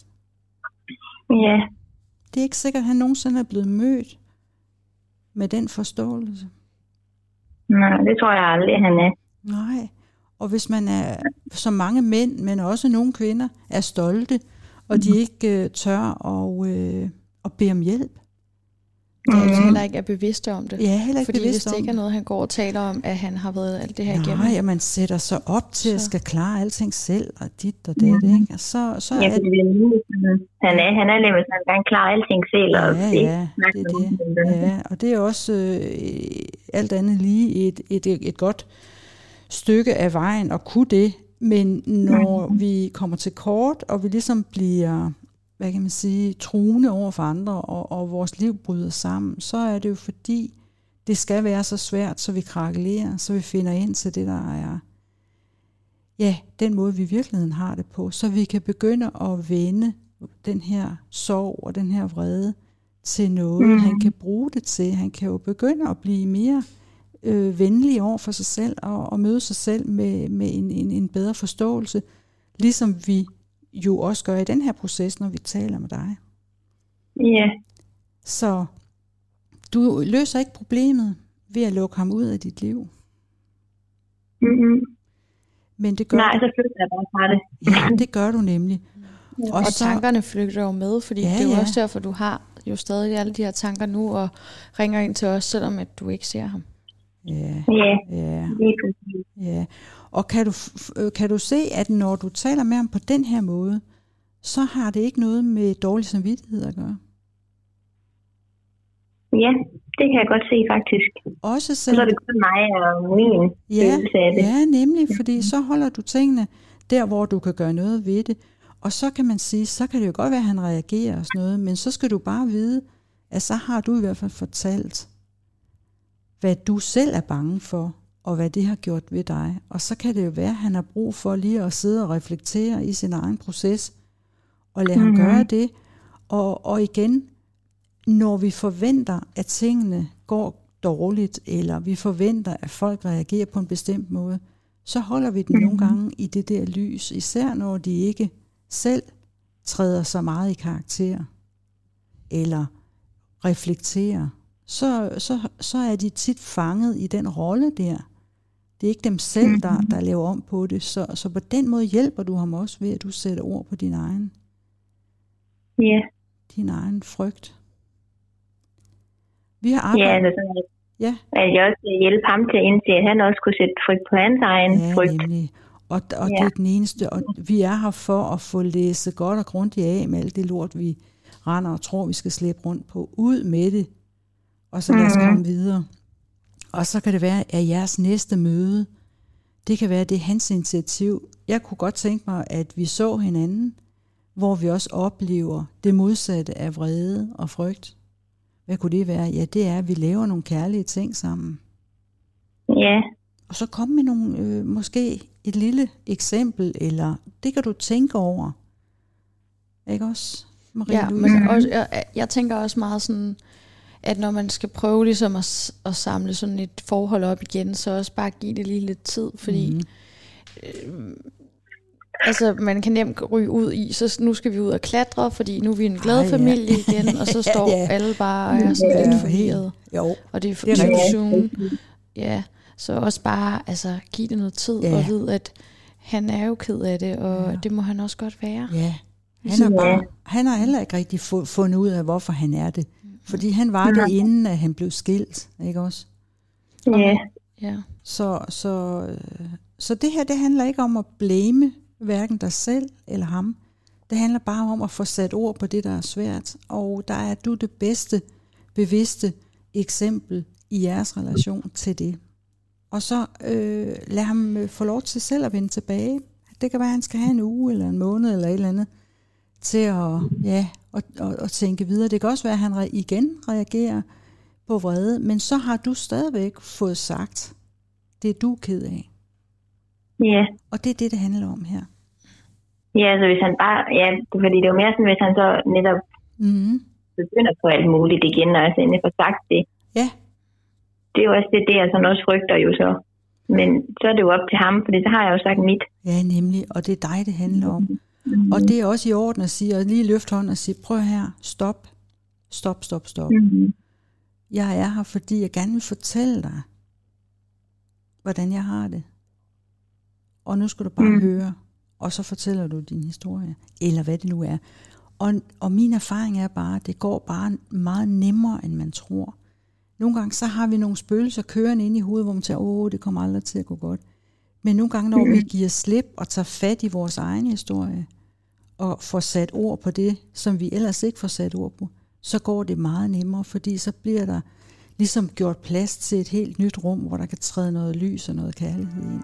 Ja. Det er ikke sikkert, at han nogensinde er blevet mødt med den forståelse. Nej, det tror jeg aldrig, han er. Nej. Og hvis man er, som mange mænd, men også nogle kvinder, er stolte, og de ikke øh, tør at, øh, at bede om hjælp. Og mm. heller ikke er bevidste om det. Ja, heller ikke Fordi hvis bevidst det om ikke er noget, han går og taler om, at han har været alt det her igennem. Nej, og man sætter sig op til at Så. skal klare alting selv, og dit og det, ikke? Og så, så Ja, er fordi det er muligt. Han er, han er nemlig sådan, at han klarer alting selv. Og Ja, det, ja, det er det. Ja, og det er også øh, alt andet lige et, et, et godt stykke af vejen at kunne det. Men når vi kommer til kort, og vi ligesom bliver, hvad kan man sige, truende over for andre, og, og vores liv bryder sammen, så er det jo fordi, det skal være så svært, så vi krakelerer, så vi finder ind til det, der er, ja, den måde, vi i virkeligheden har det på, så vi kan begynde at vende den her sorg og den her vrede til noget, mm. han kan bruge det til. Han kan jo begynde at blive mere øh, venlig over for sig selv, og, og møde sig selv med, med en, en, en bedre forståelse, ligesom vi jo også gør i den her proces, når vi taler med dig. Ja. Så du løser ikke problemet ved at lukke ham ud af dit liv. Mm-hmm. Men det gør Nej, du, så flytter jeg bare fra det. ja, det gør du nemlig. Og, og så, tankerne flygter jo med, fordi Ja, det er jo ja. også derfor, du har jo stadig alle de her tanker nu, og ringer ind til os, selvom at du ikke ser ham. Ja, Ja, ja, lige præcis. ja. Og kan du, f- øh, kan du se, at når du taler med ham på den her måde, så har det ikke noget med dårlig samvittighed at gøre? Ja, det kan jeg godt se faktisk. Også Så er selv, det kun mig og min ja, følelse af det. ja, nemlig, fordi så holder du tingene der, hvor du kan gøre noget ved det. Og så kan man sige, så kan det jo godt være, at han reagerer og sådan noget, men så skal du bare vide, at så har du i hvert fald fortalt, hvad du selv er bange for, og hvad det har gjort ved dig. Og så kan det jo være, at han har brug for lige at sidde og reflektere i sin egen proces, og lade mm-hmm. ham gøre det. Og, og igen, når vi forventer, at tingene går dårligt, eller vi forventer, at folk reagerer på en bestemt måde, så holder vi dem mm-hmm. nogle gange i det der lys, især når de ikke selv træder så meget i karakter, eller reflekterer. Så, så, så er de tit fanget i den rolle der. Det er ikke dem selv, der, der laver om på det. Så, så på den måde hjælper du ham også ved, at du sætter ord på din egen, yeah. din egen frygt. Vi har arbejdet... Ja, altså sådan, ja. at jeg også vil hjælpe ham til at indse, at han også kunne sætte frygt på hans egen ja, frygt. Nemlig. Og, og ja. det er den eneste. Og vi er her for at få læst godt og grundigt af med alt det lort, vi render og tror, vi skal slæbe rundt på. Ud med det. Og så lad os komme videre. Og så kan det være, at jeres næste møde, det kan være, det er hans initiativ. Jeg kunne godt tænke mig, at vi så hinanden, hvor vi også oplever det modsatte af vrede og frygt. Hvad kunne det være? Ja, det er, at vi laver nogle kærlige ting sammen. Ja. Og så kom med nogle, øh, måske et lille eksempel, eller det kan du tænke over. Ikke også, Marie Ja, Louise? men også, jeg, jeg tænker også meget sådan, at når man skal prøve ligesom at, at samle sådan et forhold op igen, så også bare give det lige lidt tid, fordi mm. øh, altså man kan nemt ryge ud i, så nu skal vi ud og klatre, fordi nu er vi en glad Ej, familie ja. igen, og så står ja, ja. alle bare og er sådan ja, lidt forvirret. Jo, og det er for det er ja, så også bare altså give det noget tid ja. og vide, at han er jo ked af det, og ja. det må han også godt være. Ja, han, er bare, han har heller ikke rigtig fundet ud af, hvorfor han er det. Fordi han var det, inden at han blev skilt, ikke også? Ja. ja. Så, så, så det her, det handler ikke om at blame hverken dig selv eller ham. Det handler bare om at få sat ord på det, der er svært. Og der er du det bedste, bevidste eksempel i jeres relation til det. Og så øh, lad ham få lov til selv at vende tilbage. Det kan være, at han skal have en uge eller en måned eller et eller andet til at, ja, at, at, at tænke videre. Det kan også være, at han re- igen reagerer på vrede, men så har du stadigvæk fået sagt, det er du ked af. Ja. Og det er det, det handler om her. Ja, altså hvis han bare, ja, fordi det er jo mere sådan, hvis han så netop mm-hmm. begynder på alt muligt igen, og altså endelig får sagt det. Ja. Det er jo også det, det jeg sådan også frygter jo så. Men så er det jo op til ham, fordi så har jeg jo sagt mit. Ja, nemlig, og det er dig, det handler om. Mm-hmm. Og det er også i orden at sige, og lige løfte hånden og sige, prøv her, stop, stop, stop, stop. Mm-hmm. Jeg er her, fordi jeg gerne vil fortælle dig, hvordan jeg har det. Og nu skal du bare mm. høre, og så fortæller du din historie, eller hvad det nu er. Og, og min erfaring er bare, at det går bare meget nemmere, end man tror. Nogle gange så har vi nogle spøgelser kørende inde i hovedet, hvor man tænker, åh, det kommer aldrig til at gå godt. Men nogle gange, når mm. vi giver slip og tager fat i vores egen historie, og får sat ord på det, som vi ellers ikke får sat ord på, så går det meget nemmere, fordi så bliver der ligesom gjort plads til et helt nyt rum, hvor der kan træde noget lys og noget kærlighed ind.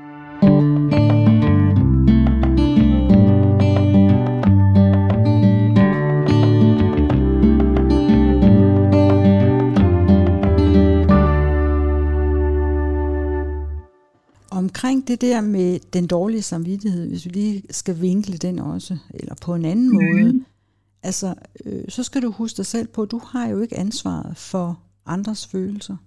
Omkring det der med den dårlige samvittighed, hvis vi lige skal vinkle den også, eller på en anden mm-hmm. måde, altså, øh, så skal du huske dig selv på, at du har jo ikke ansvaret for andres følelser.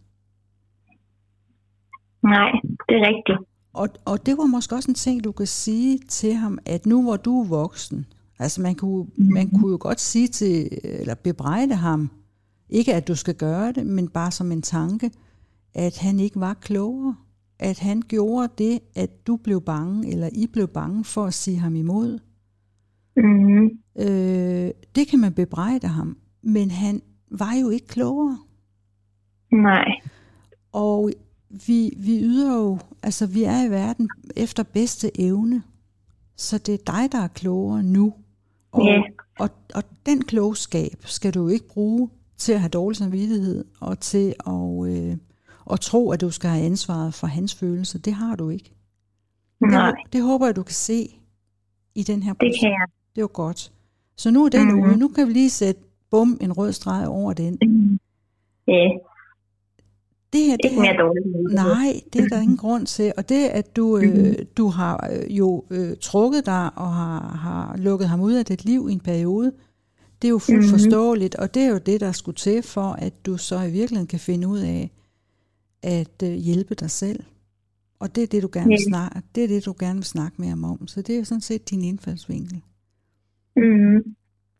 Nej, det er rigtigt. Og, og det var måske også en ting, du kan sige til ham, at nu hvor du er voksen, altså man kunne, mm-hmm. man kunne jo godt sige til, eller bebrejde ham, ikke at du skal gøre det, men bare som en tanke, at han ikke var klogere. At han gjorde det, at du blev bange, eller I blev bange for at sige ham imod. Mm-hmm. Øh, det kan man bebrejde ham, men han var jo ikke klogere. Nej. Og vi, vi yder jo, altså vi er i verden efter bedste evne, så det er dig, der er klogere nu. Og, yeah. og, og den klogskab skal du jo ikke bruge til at have dårlig samvittighed, og til at... Øh, og tro, at du skal have ansvaret for hans følelser. Det har du ikke. Nej. Det, det håber jeg, du kan se i den her proces. Det kan jeg. Det var godt. Så nu er den Mhm. ude. Nu kan vi lige sætte, bum, en rød streg over den. Ja, Det her, det ikke mere her, dårligt. nej, det er der ingen grund til. Og det, at du, øh, du har øh, jo øh, trukket dig og har, har lukket ham ud af dit liv i en periode, det er jo fuldt Mhm. forståeligt, og det er jo det, der skulle til for, at du så i virkeligheden kan finde ud af at øh, hjælpe dig selv. Og det er det, du gerne vil Ja. snakke, det er det, du gerne vil snakke med ham om. Så det er jo sådan set din indfaldsvinkel. Mm.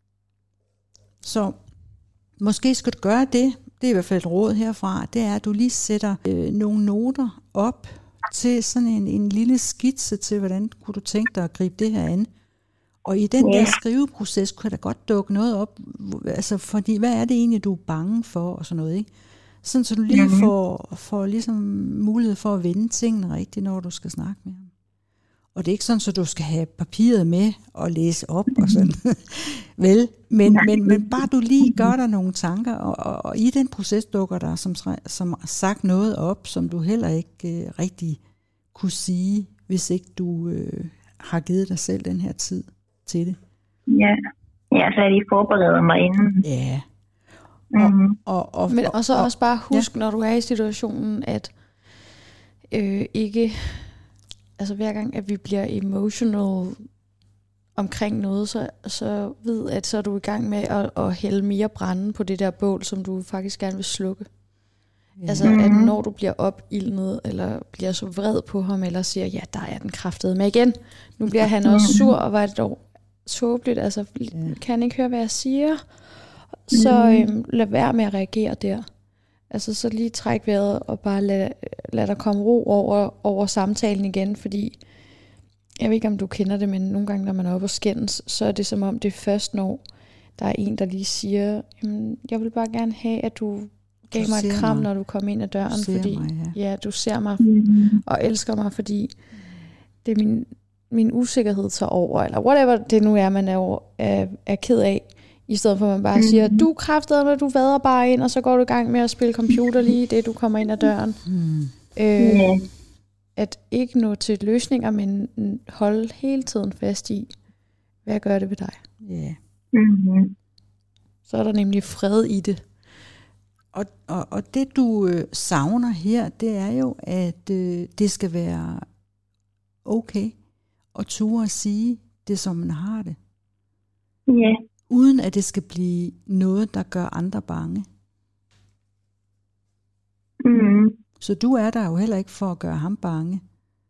Så måske skal du gøre det, det er i hvert fald et råd herfra, det er, at du lige sætter øh, nogle noter op til sådan en, en lille skitse til, hvordan kunne du tænke dig at gribe det her an. Og i den Ja. der skriveproces kunne der godt dukke noget op, altså fordi, hvad er det egentlig, du er bange for, og sådan noget, ikke? Sådan, så du lige Mhm. får, får ligesom mulighed for at vende tingene rigtigt, når du skal snakke med ham. Og det er ikke sådan, at du skal have papiret med og læse op og sådan. Vel, men, men, men bare du lige gør dig nogle tanker, og, og, og i den proces dukker der som, som sagt noget op, som du heller ikke øh, rigtig kunne sige, hvis ikke du øh, har givet dig selv den her tid til det. Ja. Ja, så er de forberedt mig inden. Ja. Mm. Og, og, Men og så og, også bare husk, ja. når du er i situationen, at øh, ikke, altså hver gang, at vi bliver emotional omkring noget, så, så ved, at så er du i gang med at, at hælde mere brænde på det der bål, som du faktisk gerne vil slukke. ja. Altså, at når du bliver opildnet, eller bliver så vred på ham, eller siger, ja, der er den kraftede med igen. Nu bliver han også sur, og var det dog tåbeligt, altså, kan han ikke høre, hvad jeg siger? Så øhm, lad være med at reagere der. Altså, så lige træk vejret, og bare lad, lad der komme ro over, over samtalen igen, fordi, jeg ved ikke, om du kender det, men nogle gange, når man er oppe og skændes, så er det som om, det er først, når der er en, der lige siger, jeg vil bare gerne have, at du gav Du mig et ser kram, mig. når du kom ind ad døren, Du ser fordi mig, ja. ja, du ser mig Mm. og elsker mig, fordi det er min, min usikkerhed tager over, eller whatever det nu er, man er, over, er, er ked af, i stedet for at man bare siger, du kræftede, du vader bare ind, og så går du i gang med at spille computer lige det, du kommer ind ad døren. Hmm. Øh, Ja. at ikke nå til løsninger, men holde hele tiden fast i, hvad gør det ved dig? Ja. Mm. Så er der nemlig fred i det. Og, og, og det du øh, savner her, det er jo, at øh, det skal være okay at ture at sige det, som man har det. Ja. Uden at det skal blive noget, der gør andre bange. Mm. Så du er der jo heller ikke for at gøre ham bange.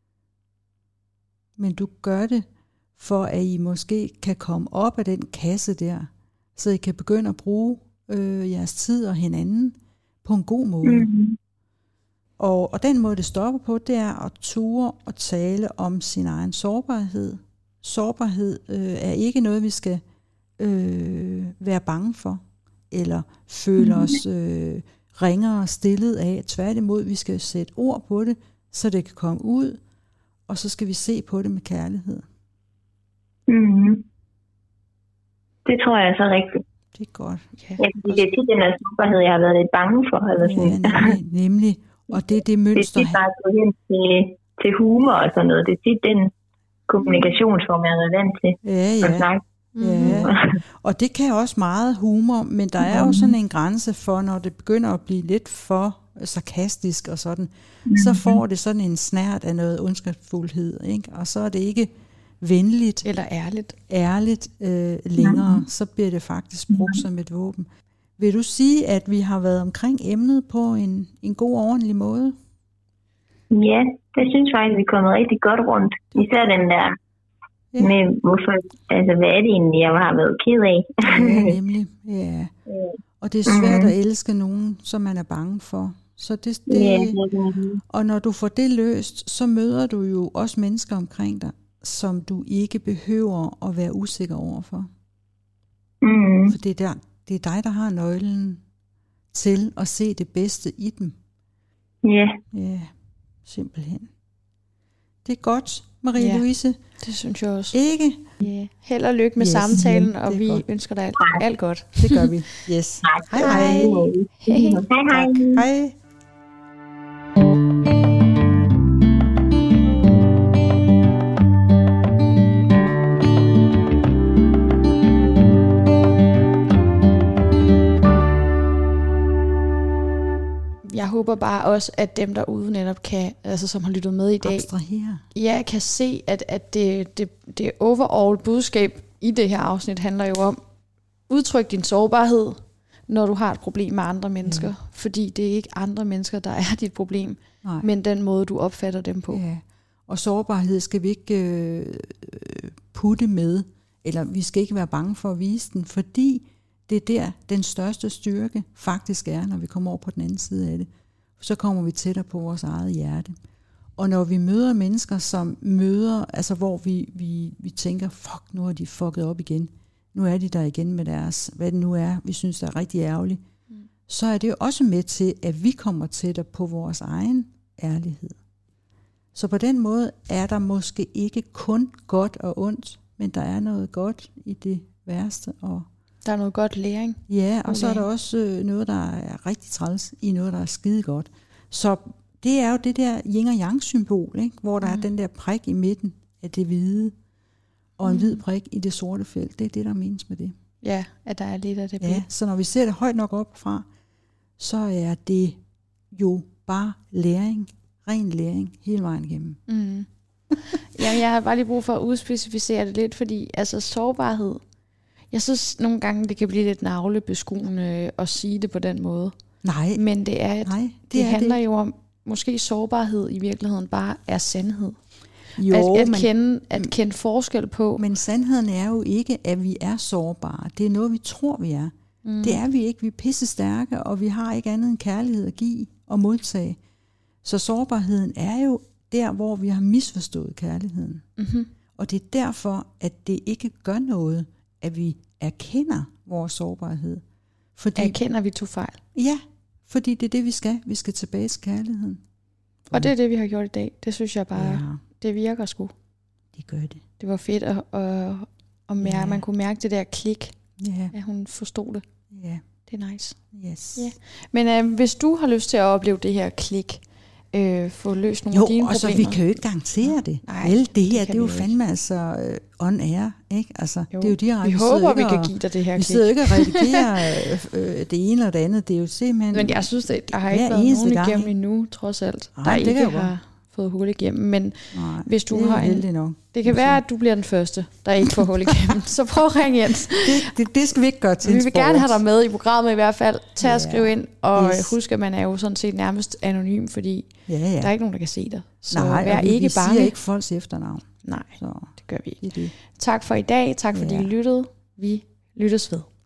Men du gør det, for at I måske kan komme op af den kasse der, så I kan begynde at bruge øh, jeres tid og hinanden på en god måde. Mm. Og, og den måde, det stopper på, det er at ture og tale om sin egen sårbarhed. Sårbarhed øh, er ikke noget, vi skal øh, være bange for, eller føle os øh, ringere stillet af. Tværtimod, vi skal sætte ord på det, så det kan komme ud, og så skal vi se på det med kærlighed. Mm. Det tror jeg er så rigtigt. Det er godt. Ja. Ja, fordi det er tit den her sårbarhed, jeg har været lidt bange for. Eller Ja, sådan. nemlig, nemlig. Og det er det Det er mønster. tit bare at gå hen til, til humor og sådan noget. Det er tit den kommunikationsform, jeg har været vant til Ja, at ja. snakke. Ja, og det kan også meget humor, men der er jo sådan en grænse for, når det begynder at blive lidt for sarkastisk og sådan, så får det sådan en snert af noget ondskabsfuldhed, ikke? Og så er det ikke venligt, Eller ærligt. ærligt øh, længere, så bliver det faktisk brugt som et våben. Vil du sige, at vi har været omkring emnet på en, en god og ordentlig måde? Ja, det synes faktisk, vi er kommet rigtig godt rundt. Især den der Ja. med, hvorfor, altså hvad er det egentlig, jeg har været ked af? Ja, nemlig. Ja. Og det er svært at elske nogen, som man er bange for. Så det, det, Ja, det- og når du får det løst, så møder du jo også mennesker omkring dig, som du ikke behøver at være usikker overfor. Mm. For det er, der, det er dig, der har nøglen til at se det bedste i dem. Ja, Ja, simpelthen. Det er godt, Marie-Louise. Ja. Det synes jeg også. Ikke? Yeah. Held og lykke med Yes, samtalen, det og er vi godt. ønsker dig alt, alt godt. Det gør vi. Yes. Hej hej. Hej. hej hej. Hej. håber bare også, at dem derude netop kan, altså som har lyttet med i dag, abstrahere. Ja, kan se, at, at det, det, det overall budskab i det her afsnit handler jo om, udtryk din sårbarhed, når du har et problem med andre mennesker. Ja. Fordi det er ikke andre mennesker, der er dit problem, Nej. men den måde, du opfatter dem på. Ja. Og sårbarhed skal vi ikke øh, putte med, eller vi skal ikke være bange for at vise den, fordi det er der, den største styrke faktisk er, når vi kommer over på den anden side af det. Så kommer vi tættere på vores eget hjerte. Og når vi møder mennesker, som møder, altså hvor vi, vi, vi tænker, fuck, nu har de fucket op igen. Nu er de der igen med deres, hvad det nu er, vi synes, der er rigtig ærgerligt. Mm. Så er det jo også med til, at vi kommer tættere på vores egen ærlighed. Så på den måde er der måske ikke kun godt og ondt, men der er noget godt i det værste. Og der er noget godt læring. Ja, og okay. Så er der også øh, noget, der er rigtig træls i noget, der er skide godt. Så det er jo det der yin og yang symbol, ikke? Hvor der mm. er den der prik i midten af det hvide, og en mm. hvid prik i det sorte felt. Det er det, der menes med det. Ja, at der er lidt af det. Ja, så når vi ser det højt nok op fra, så er det jo bare læring, ren læring, hele vejen igennem. Mm. Jamen, jeg har bare lige brug for at udspecificere det lidt, fordi altså sårbarhed, jeg synes nogle gange, det kan blive lidt navlebeskuende at sige det på den måde. Nej. Men det er, Nej, det, det er handler det. jo om, måske sårbarhed i virkeligheden bare er sandhed. Jo, at, at, men, kende, at kende forskel på. Men sandheden er jo ikke, at vi er sårbare. Det er noget, vi tror, vi er. Mm. Det er vi ikke. Vi er pisse stærke, og vi har ikke andet end kærlighed at give og modtage. Så sårbarheden er jo der, hvor vi har misforstået kærligheden. Mm-hmm. Og det er derfor, at det ikke gør noget, at vi erkender vores sårbarhed. Fordi, erkender vi tog fejl? Ja, fordi det er det, vi skal. Vi skal tilbage til kærligheden. Og det er det, vi har gjort i dag. Det synes jeg bare, ja. Det virker sgu. Det gør det. Det var fedt at, at, at mærke. Ja. Man kunne mærke det der klik, ja. At hun forstod det. Ja. Det er nice. Yes. Ja. Men øh, hvis du har lyst til at opleve det her klik, øh, få løst nogle jo, af dine altså, problemer. Jo, vi kan jo ikke garantere det. Nej, Vel, det her, det, det er jo fandme altså uh, on air, ikke? Altså, jo. Det er jo direkte. Vi, vi håber, vi kan give dig det her vi klik. Vi sidder ikke og redigerer øh, det ene eller det andet. Det er jo simpelthen... Men jeg synes, det, der har ikke været nogen gang. Igennem endnu, trods alt. Nej, der det ikke kan har fået hul igennem. Men Nej, hvis du det har en... Nok. Det kan være, at du bliver den første, der ikke får hul igennem. Så prøv at ringe ind. Det, det, det skal vi ikke gøre til. Vi vil gerne have dig med i programmet i hvert fald. Tag og skriv ind. Og yes. husk, at man er jo sådan set nærmest anonym, fordi ja, ja. der er ikke nogen, der kan se dig. Så Nej, vær vi, ikke vi bange. siger ikke folks efternavn. Nej, så det gør vi ikke. Det det. Tak for i dag. Tak fordi ja. I lyttede. Vi lyttes ved.